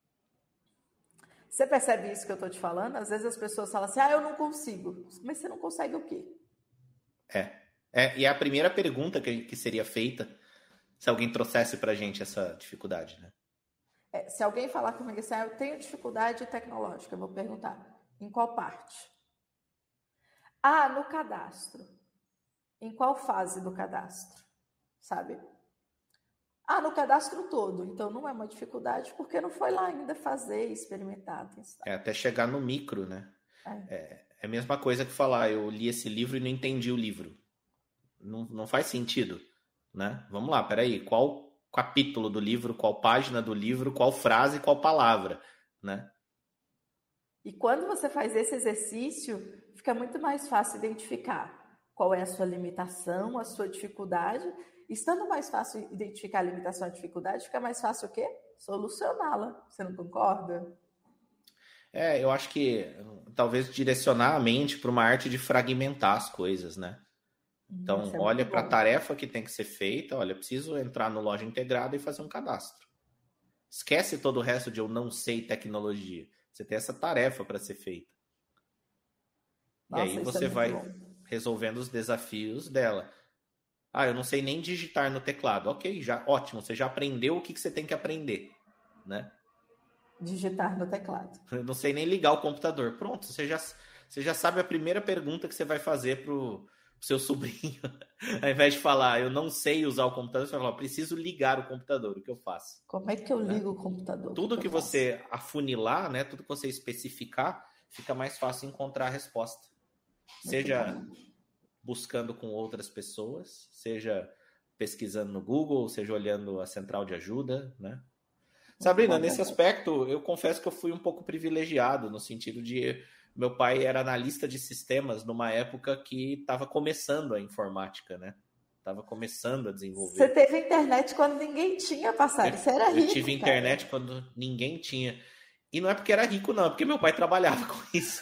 Você percebe isso que eu estou te falando? Às vezes as pessoas falam assim, ah, eu não consigo. Mas você não consegue o quê? É. é e é a primeira pergunta que, que seria feita se alguém trouxesse para a gente essa dificuldade, né? É, se alguém falar comigo assim, ah, eu tenho dificuldade tecnológica, eu vou perguntar, em qual parte? Ah, no cadastro. Em qual fase do cadastro? Sabe? Ah, no cadastro todo. Então, não é uma dificuldade, porque não foi lá ainda fazer, experimentar, testar. É até chegar no micro, né? É. É, é a mesma coisa que falar, eu li esse livro e não entendi o livro. Não, não faz sentido, né? Vamos lá, peraí. Qual capítulo do livro, qual página do livro, qual frase, qual palavra, né? E quando você faz esse exercício, fica muito mais fácil identificar qual é a sua limitação, a sua dificuldade. Estando mais fácil identificar a limitação e a dificuldade, fica mais fácil o quê? Solucioná-la. Você não concorda? É, eu acho que talvez direcionar a mente para uma arte de fragmentar as coisas, né? Então, hum, é olha para a tarefa que tem que ser feita. Olha, preciso entrar no Loja Integrada e fazer um cadastro. Esquece todo o resto de eu não sei tecnologia. Você tem essa tarefa para ser feita. Nossa, e aí você é vai bom. resolvendo os desafios dela. Ah, eu não sei nem digitar no teclado. Ok, já, ótimo. Você já aprendeu o que, que você tem que aprender, né? Digitar no teclado. Eu não sei nem ligar o computador. Pronto, você já, você já sabe a primeira pergunta que você vai fazer pro seu sobrinho. Ao invés de falar, eu não sei usar o computador, você vai falar, preciso ligar o computador. O que eu faço? Como é que eu ligo né? o computador? Tudo que, que, que você afunilar, né? Tudo que você especificar, fica mais fácil encontrar a resposta. Muito seja bom. buscando com outras pessoas, seja pesquisando no Google, seja olhando a central de ajuda, né? Sabrina, nesse aspecto, eu confesso que eu fui um pouco privilegiado, no sentido de meu pai era analista de sistemas numa época que estava começando a informática, né? Estava começando a desenvolver. Você teve internet quando ninguém tinha, passado. Você era rico, Eu tive cara. internet quando ninguém tinha. E não é porque era rico, não, é porque meu pai trabalhava com isso.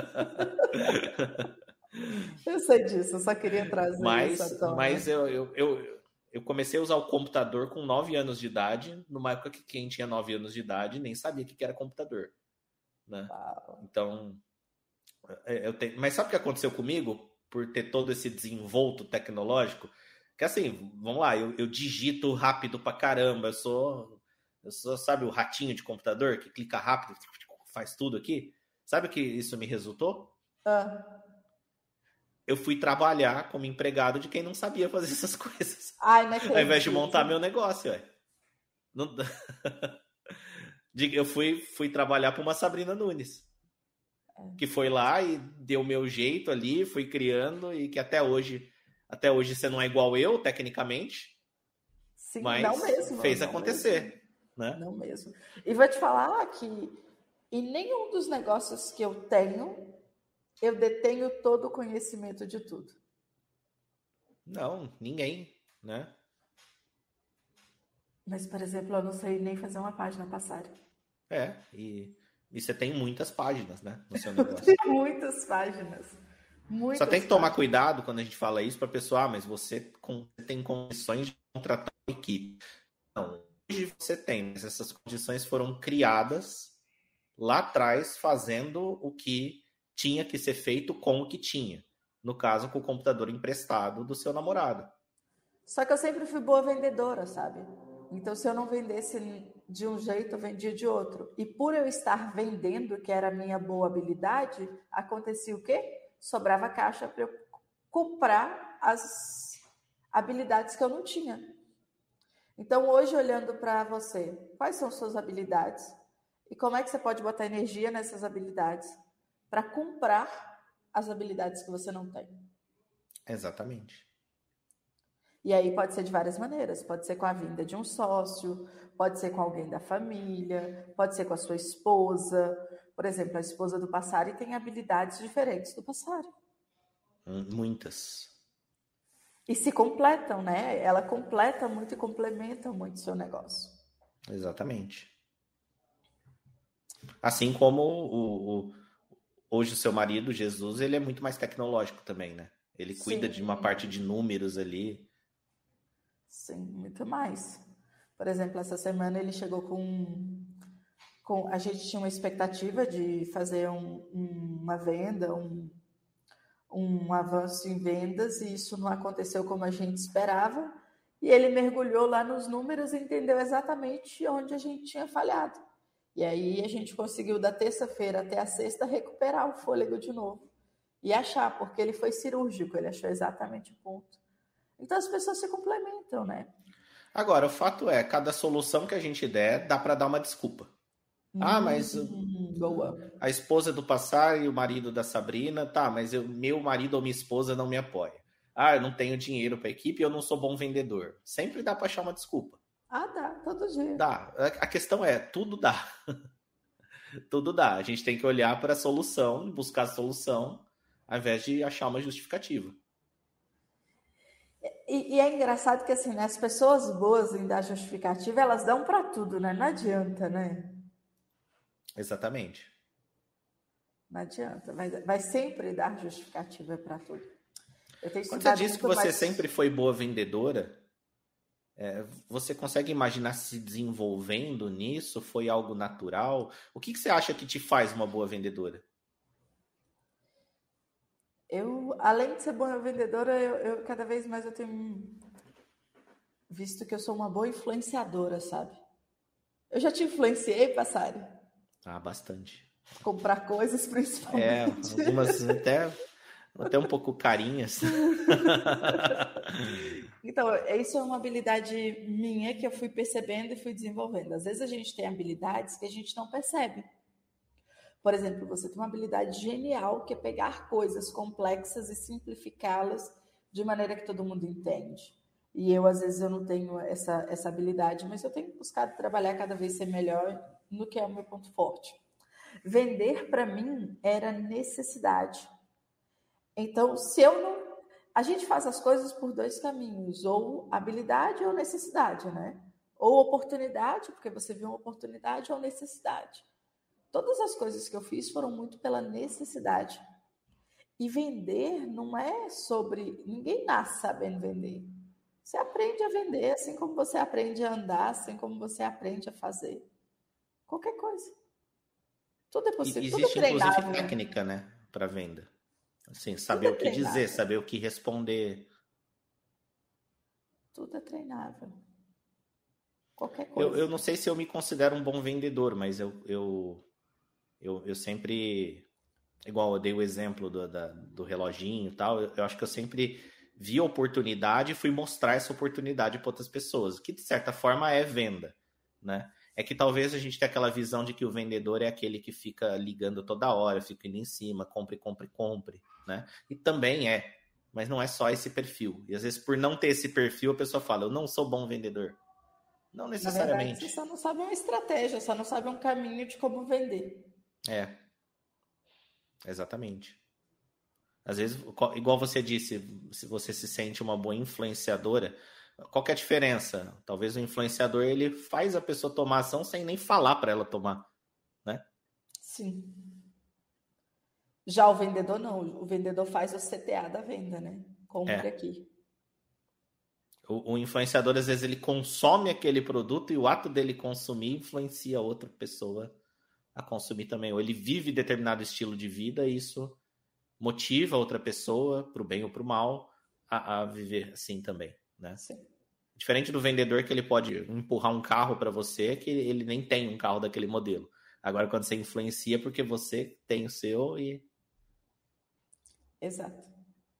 Eu sei disso, eu só queria trazer mas, isso à tona. Mas eu, eu, eu, eu comecei a usar o computador com nove anos de idade, numa época que quem tinha nove anos de idade nem sabia o que era computador. Né? Então, eu tenho... Mas sabe o que aconteceu comigo? Por ter todo esse desenvolto tecnológico? Que assim, vamos lá, eu, eu digito rápido pra caramba, eu sou, eu sou, sabe, o ratinho de computador que clica rápido, faz tudo aqui. Sabe o que isso me resultou? Ah. Eu fui trabalhar como empregado de quem não sabia fazer essas coisas. Ai, não acredito. Ao invés de montar meu negócio, ué. Não... Eu fui, fui trabalhar para uma Sabrina Nunes. que foi lá e deu o meu jeito ali, fui criando, e que até hoje, até hoje você não é igual eu, tecnicamente, Sim, mas não mesmo, fez não acontecer, mesmo, né? não mesmo. E vou te falar que em nenhum dos negócios que eu tenho, eu detenho todo o conhecimento de tudo. Não, ninguém, né? Mas, por exemplo, eu não sei nem fazer uma página passar. É, e, e você tem muitas páginas, né, no seu Eu negócio. tenho muitas páginas. Muitas Só tem que tomar páginas. cuidado quando a gente fala isso para a pessoa, ah, mas você tem condições de contratar uma equipe. Não, hoje você tem, mas essas condições foram criadas lá atrás, fazendo o que tinha que ser feito com o que tinha. No caso, com o computador emprestado do seu namorado. Só que eu sempre fui boa vendedora, sabe? Então, se eu não vendesse de um jeito, eu vendia de outro. E por eu estar vendendo, que era a minha boa habilidade, acontecia o quê? Sobrava caixa para eu comprar as habilidades que eu não tinha. Então, hoje, olhando para você, quais são suas habilidades? E como é que você pode botar energia nessas habilidades para comprar as habilidades que você não tem? Exatamente. E aí pode ser de várias maneiras. Pode ser com a vinda de um sócio, pode ser com alguém da família, pode ser com a sua esposa. Por exemplo, a esposa do Passari tem habilidades diferentes do Passari. Muitas. E se completam, né? Ela completa muito e complementa muito o seu negócio. Exatamente. Assim como o, o, hoje o seu marido, Jesus, ele é muito mais tecnológico também, né? Ele cuida Sim. de uma parte de números ali. Sim, muito mais. Por exemplo, essa semana ele chegou com... com a gente tinha uma expectativa de fazer um, um, uma venda, um, um avanço em vendas, e isso não aconteceu como a gente esperava. E ele mergulhou lá nos números e entendeu exatamente onde a gente tinha falhado. E aí a gente conseguiu, da terça-feira até a sexta, recuperar o fôlego de novo. E achar, porque ele foi cirúrgico, ele achou exatamente o ponto. Então as pessoas se complementam, né? Agora, o fato é, cada solução que a gente der, dá para dar uma desculpa. Hum, ah, mas boa. A esposa do Passari e o marido da Sabrina, tá, mas eu, meu marido ou minha esposa não me apoia. Ah, eu não tenho dinheiro para a equipe, eu não sou bom vendedor. Sempre dá para achar uma desculpa. Ah, dá, todo dia. Dá. A questão é, tudo dá. Tudo dá. A gente tem que olhar para a solução, buscar a solução, ao invés de achar uma justificativa. E, e é engraçado que assim, né, as pessoas boas em dar justificativa, elas dão para tudo, né? Não adianta, né? Exatamente. Não adianta. Vai, vai sempre dar justificativa para tudo. Eu tenho Quando você disse que você mais... sempre foi boa vendedora, é, você consegue imaginar se desenvolvendo nisso? Foi algo natural? O que, que você acha que te faz uma boa vendedora? Eu, além de ser boa vendedora, eu, eu cada vez mais eu tenho visto que eu sou uma boa influenciadora, sabe? Eu já te influenciei, Passari? Ah, bastante. Comprar coisas, principalmente. É, algumas até, até um pouco carinhas. Então, isso é uma habilidade minha que eu fui percebendo e fui desenvolvendo. Às vezes a gente tem habilidades que a gente não percebe. Por exemplo, você tem uma habilidade genial que é pegar coisas complexas e simplificá-las de maneira que todo mundo entende. E eu, às vezes, eu não tenho essa, essa habilidade, mas eu tenho buscado trabalhar cada vez ser melhor no que é o meu ponto forte. Vender, para mim, era necessidade. Então, se eu não... A gente faz as coisas por dois caminhos, ou habilidade ou necessidade, né? Ou oportunidade, porque você viu uma oportunidade, ou necessidade. Todas as coisas que eu fiz foram muito pela necessidade. E vender não é sobre... Ninguém nasce sabendo vender. Você aprende a vender, assim como você aprende a andar, assim como você aprende a fazer. Qualquer coisa. Tudo é possível. E tudo existe, é treinável. inclusive, técnica, né, para venda. Assim, saber é o que dizer, saber o que responder. Tudo é treinável. Qualquer coisa. Eu, eu não sei se eu me considero um bom vendedor, mas eu, eu, eu, eu sempre... Igual eu dei o exemplo do, da, do reloginho e tal, eu, eu acho que eu sempre vi a oportunidade e fui mostrar essa oportunidade para outras pessoas, que de certa forma é venda, né? É que talvez a gente tenha aquela visão de que o vendedor é aquele que fica ligando toda hora, fica indo em cima, compre, compre, compre, né? E também é, mas não é só esse perfil. E às vezes por não ter esse perfil, a pessoa fala, eu não sou bom vendedor. Não necessariamente. Na verdade, você só não sabe uma estratégia, só não sabe um caminho de como vender. É, exatamente. Às vezes, igual você disse, se você se sente uma boa influenciadora, qual que é a diferença? Talvez o influenciador ele faz a pessoa tomar ação sem nem falar para ela tomar, né? Sim. Já o vendedor não, o vendedor faz o C T A da venda, né? Compre É. aqui. O, o influenciador, às vezes, ele consome aquele produto e o ato dele consumir influencia outra pessoa a consumir também. Ou ele vive determinado estilo de vida e isso motiva outra pessoa, para o bem ou para o mal, a, a viver assim também, né? Sim. Diferente do vendedor que ele pode empurrar um carro para você que ele nem tem um carro daquele modelo. Agora, quando você influencia, porque você tem o seu e... Exato.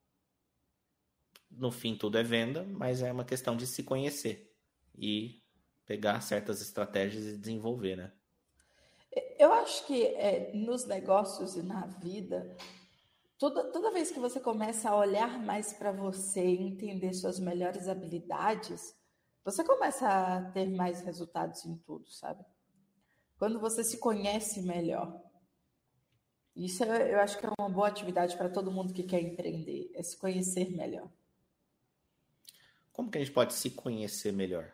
No fim, tudo é venda, mas é uma questão de se conhecer e pegar certas estratégias e desenvolver, né? Eu acho que é, nos negócios e na vida, toda, toda vez que você começa a olhar mais para você e entender suas melhores habilidades, você começa a ter mais resultados em tudo, sabe? Quando você se conhece melhor. Isso é, eu acho que é uma boa atividade para todo mundo que quer empreender, é se conhecer melhor. Como que a gente pode se conhecer melhor?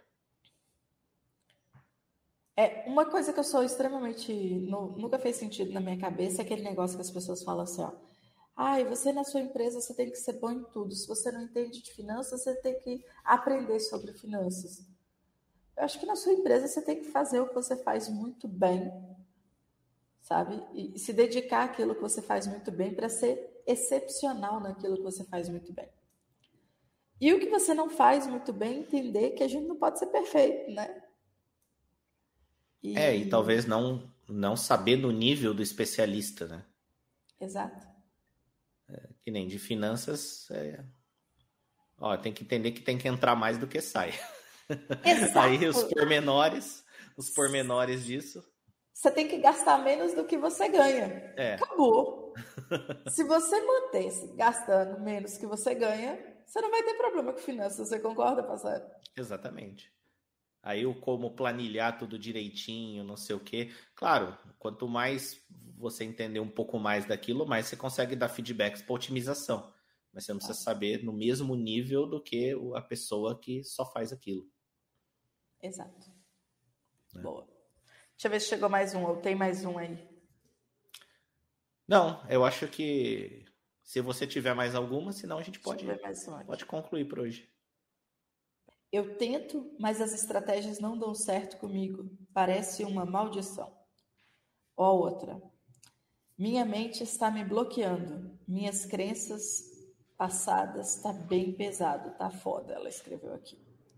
É, uma coisa que eu sou extremamente... nu- nunca fez sentido na minha cabeça é aquele negócio que as pessoas falam assim, ó. Ai, você na sua empresa você tem que ser bom em tudo. Se você não entende de finanças, você tem que aprender sobre finanças. Eu acho que na sua empresa você tem que fazer o que você faz muito bem, sabe? E se dedicar àquilo que você faz muito bem para ser excepcional naquilo que você faz muito bem. E o que você não faz muito bem, entender que a gente não pode ser perfeito, né? E... É, e talvez não, não saber no nível do especialista, né? Exato. É, que nem de finanças, é... Ó, tem que entender que tem que entrar mais do que sai. Exato. Aí os pormenores, os pormenores disso. Você tem que gastar menos do que você ganha. É. Acabou. Se você manter-se gastando menos que você ganha, você não vai ter problema com finanças. Você concorda, parceiro? Exatamente. Aí o como planilhar tudo direitinho, não sei o quê. Claro, quanto mais você entender um pouco mais daquilo, mais você consegue dar feedbacks para otimização. Mas você não precisa saber no mesmo nível do que a pessoa que só faz aquilo. Exato. É. Boa. Deixa eu ver se chegou mais um, ou tem mais um aí. Não, eu acho que se você tiver mais alguma, senão a gente pode, mais um pode concluir por hoje. Eu tento, mas as estratégias não dão certo comigo. Parece uma maldição. Ó outra. Minha mente está me bloqueando. Minhas crenças passadas tá bem pesado, tá foda, ela escreveu aqui.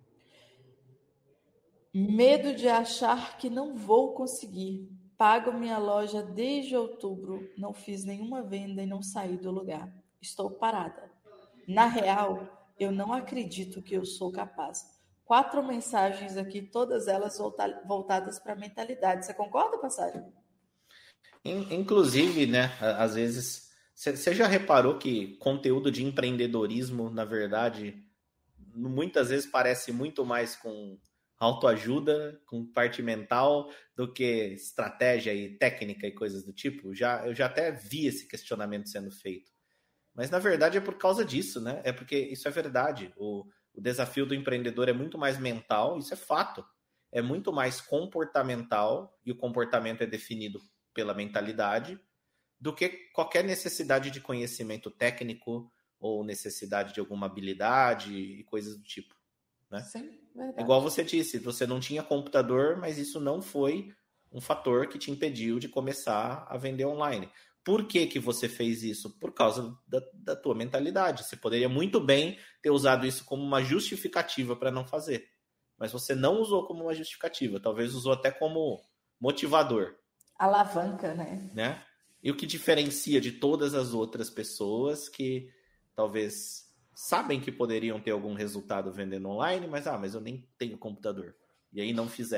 Medo de achar que não vou conseguir. Pago minha loja desde outubro, não fiz nenhuma venda e não saí do lugar. Estou parada. Na real, eu não acredito que eu sou capaz. Quatro mensagens aqui, todas elas volta- voltadas para a mentalidade. Você concorda, Passarinho? Inclusive, né, às vezes, você já reparou que conteúdo de empreendedorismo, na verdade, muitas vezes parece muito mais com autoajuda, com parte mental, do que estratégia e técnica e coisas do tipo? Já, eu já até vi esse questionamento sendo feito. Mas, na verdade, é por causa disso, né? É porque isso é verdade. O, o desafio do empreendedor é muito mais mental, isso é fato. É muito mais comportamental, e o comportamento é definido pela mentalidade, do que qualquer necessidade de conhecimento técnico ou necessidade de alguma habilidade e coisas do tipo, né? Sim, verdade. É igual você disse, você não tinha computador, mas isso não foi um fator que te impediu de começar a vender online. Por que que você fez isso? Por causa da, da tua mentalidade. Você poderia muito bem ter usado isso como uma justificativa para não fazer, mas você não usou como uma justificativa, talvez usou até como motivador. Alavanca, né? né? E o que diferencia de todas as outras pessoas que talvez sabem que poderiam ter algum resultado vendendo online, mas ah, mas eu nem tenho computador. E aí não fizeram.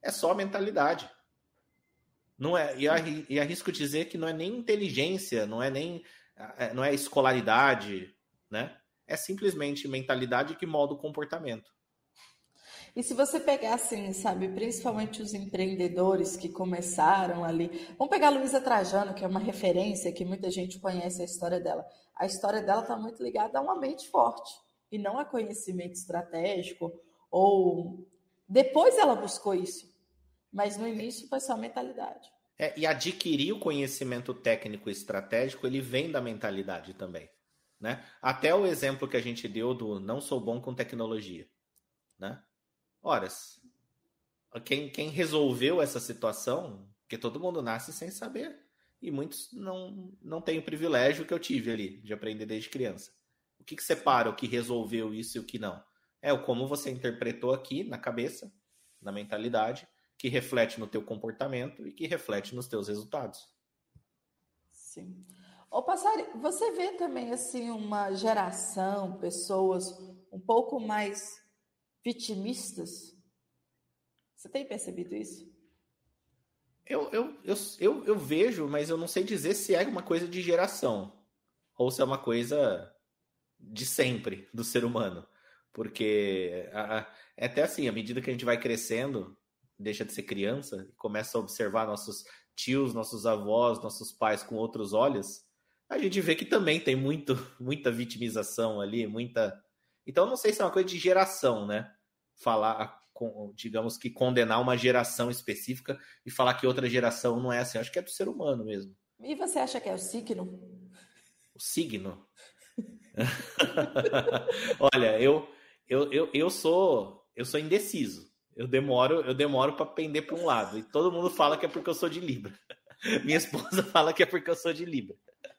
É só a mentalidade. Não é, e, arri, e arrisco dizer que não é nem inteligência, não é nem não é escolaridade, né? É simplesmente mentalidade que molda o comportamento. E se você pegar assim, sabe, principalmente os empreendedores que começaram ali, vamos pegar a Luísa Trajano, que é uma referência, que muita gente conhece a história dela. A história dela está muito ligada a uma mente forte, e não a conhecimento estratégico, ou depois ela buscou isso, mas no início foi só mentalidade. É, e adquirir o conhecimento técnico e estratégico, ele vem da mentalidade também, né? Até o exemplo que a gente deu do não sou bom com tecnologia, né? Ora, quem, quem resolveu essa situação, porque todo mundo nasce sem saber, e muitos não, não têm o privilégio que eu tive ali, de aprender desde criança. O que, que separa o que resolveu isso e o que não? É o como você interpretou aqui na cabeça, na mentalidade, que reflete no teu comportamento e que reflete nos teus resultados. Sim. Ô, Passari, você vê também assim uma geração, pessoas um pouco mais vitimistas? Você tem percebido isso? Eu, eu, eu, eu, eu vejo, mas eu não sei dizer se é uma coisa de geração ou se é uma coisa de sempre do ser humano. Porque a, a, é até assim, à medida que a gente vai crescendo, deixa de ser criança e começa a observar nossos tios, nossos avós, nossos pais com outros olhos, a gente vê que também tem muito, muita vitimização ali, muita... Então, não sei se é uma coisa de geração, né? Falar, digamos que condenar uma geração específica e falar que outra geração não é assim. Eu acho que é do ser humano mesmo. E você acha que é o signo? O signo? Olha, eu, eu, eu, eu sou eu sou indeciso. Eu demoro, eu demoro para pender para um lado. E todo mundo fala que é porque eu sou de Libra. Minha esposa fala que é porque eu sou de Libra.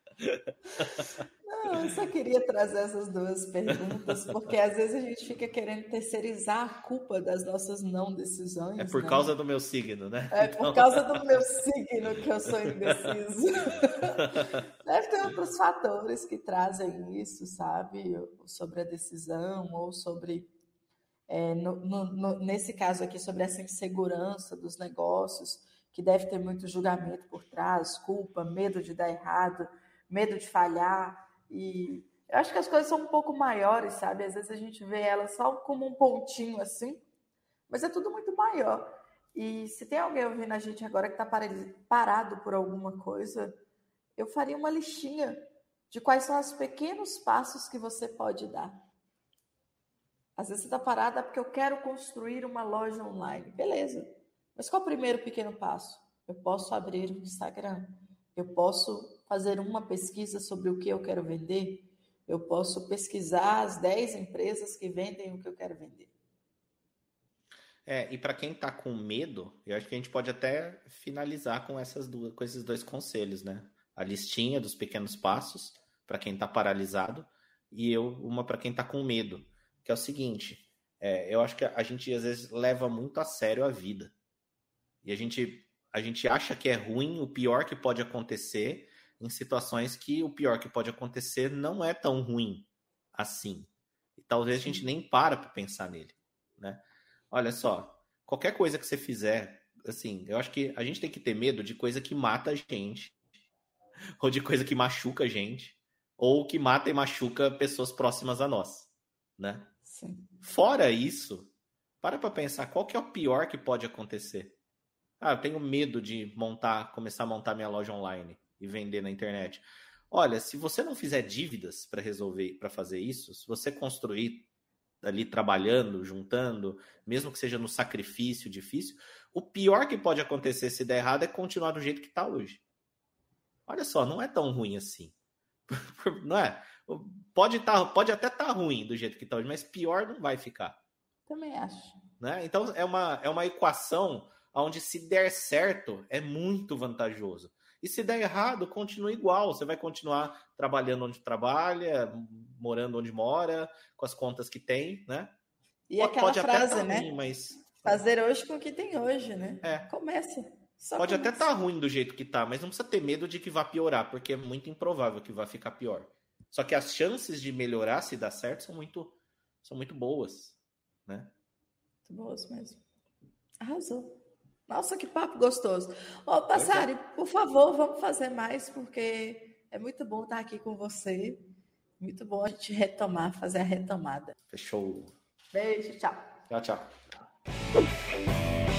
Não, eu só queria trazer essas duas perguntas, porque às vezes a gente fica querendo terceirizar a culpa das nossas não decisões. É por né? causa do meu signo, né? É então... por causa do meu signo que eu sou indeciso. Deve ter outros fatores que trazem isso, sabe? Sobre a decisão ou sobre, é, no, no, no, nesse caso aqui, sobre essa insegurança dos negócios, que deve ter muito julgamento por trás, culpa, medo de dar errado, medo de falhar. E eu acho que as coisas são um pouco maiores, sabe? Às vezes a gente vê elas só como um pontinho assim, mas é tudo muito maior. E se tem alguém ouvindo a gente agora que está parado por alguma coisa, eu faria uma listinha de quais são os pequenos passos que você pode dar. Às vezes você está parada porque eu quero construir uma loja online. Beleza. Mas qual é o primeiro pequeno passo? Eu posso abrir um Instagram. Eu posso fazer uma pesquisa sobre o que eu quero vender. Eu posso pesquisar as dez empresas que vendem o que eu quero vender. É, e para quem está com medo, eu acho que a gente pode até finalizar com, essas duas, com esses dois conselhos, né? A listinha dos pequenos passos para quem está paralisado e eu uma para quem está com medo, que é o seguinte, é, eu acho que a gente às vezes leva muito a sério a vida e a gente, a gente acha que é ruim o pior que pode acontecer em situações que o pior que pode acontecer não é tão ruim assim. E talvez a gente nem para para pensar nele, né? Olha só, qualquer coisa que você fizer, assim, eu acho que a gente tem que ter medo de coisa que mata a gente, ou de coisa que machuca a gente, ou que mata e machuca pessoas próximas a nós, né? Sim. Fora isso, para pra pensar, qual que é o pior que pode acontecer? Ah, eu tenho medo de montar, começar a montar minha loja online e vender na internet. Olha, se você não fizer dívidas para resolver, para fazer isso, se você construir ali trabalhando, juntando, mesmo que seja no sacrifício difícil, o pior que pode acontecer se der errado é continuar do jeito que está hoje. Olha só, não é tão ruim assim. Não é? Pode, tá, pode até estar tá ruim do jeito que está hoje, mas pior não vai ficar. Também acho. Né? Então é uma, é uma equação onde se der certo é muito vantajoso. E se der errado, continua igual. Você vai continuar trabalhando onde trabalha, morando onde mora, com as contas que tem, né? E pode, aquela pode frase, até tá né? ruim, mas... Fazer hoje com o que tem hoje, né? É. Comece. Só pode comece. até estar tá ruim do jeito que tá, mas não precisa ter medo de que vá piorar, porque é muito improvável que vá ficar pior. Só que as chances de melhorar, se dar certo, são muito, são muito boas, né? Muito boas mesmo. Arrasou. Nossa, que papo gostoso. Ô, Passari, por favor, vamos fazer mais, porque é muito bom estar aqui com você. Muito bom a gente retomar, fazer a retomada. Fechou. Beijo, tchau. Tchau, tchau.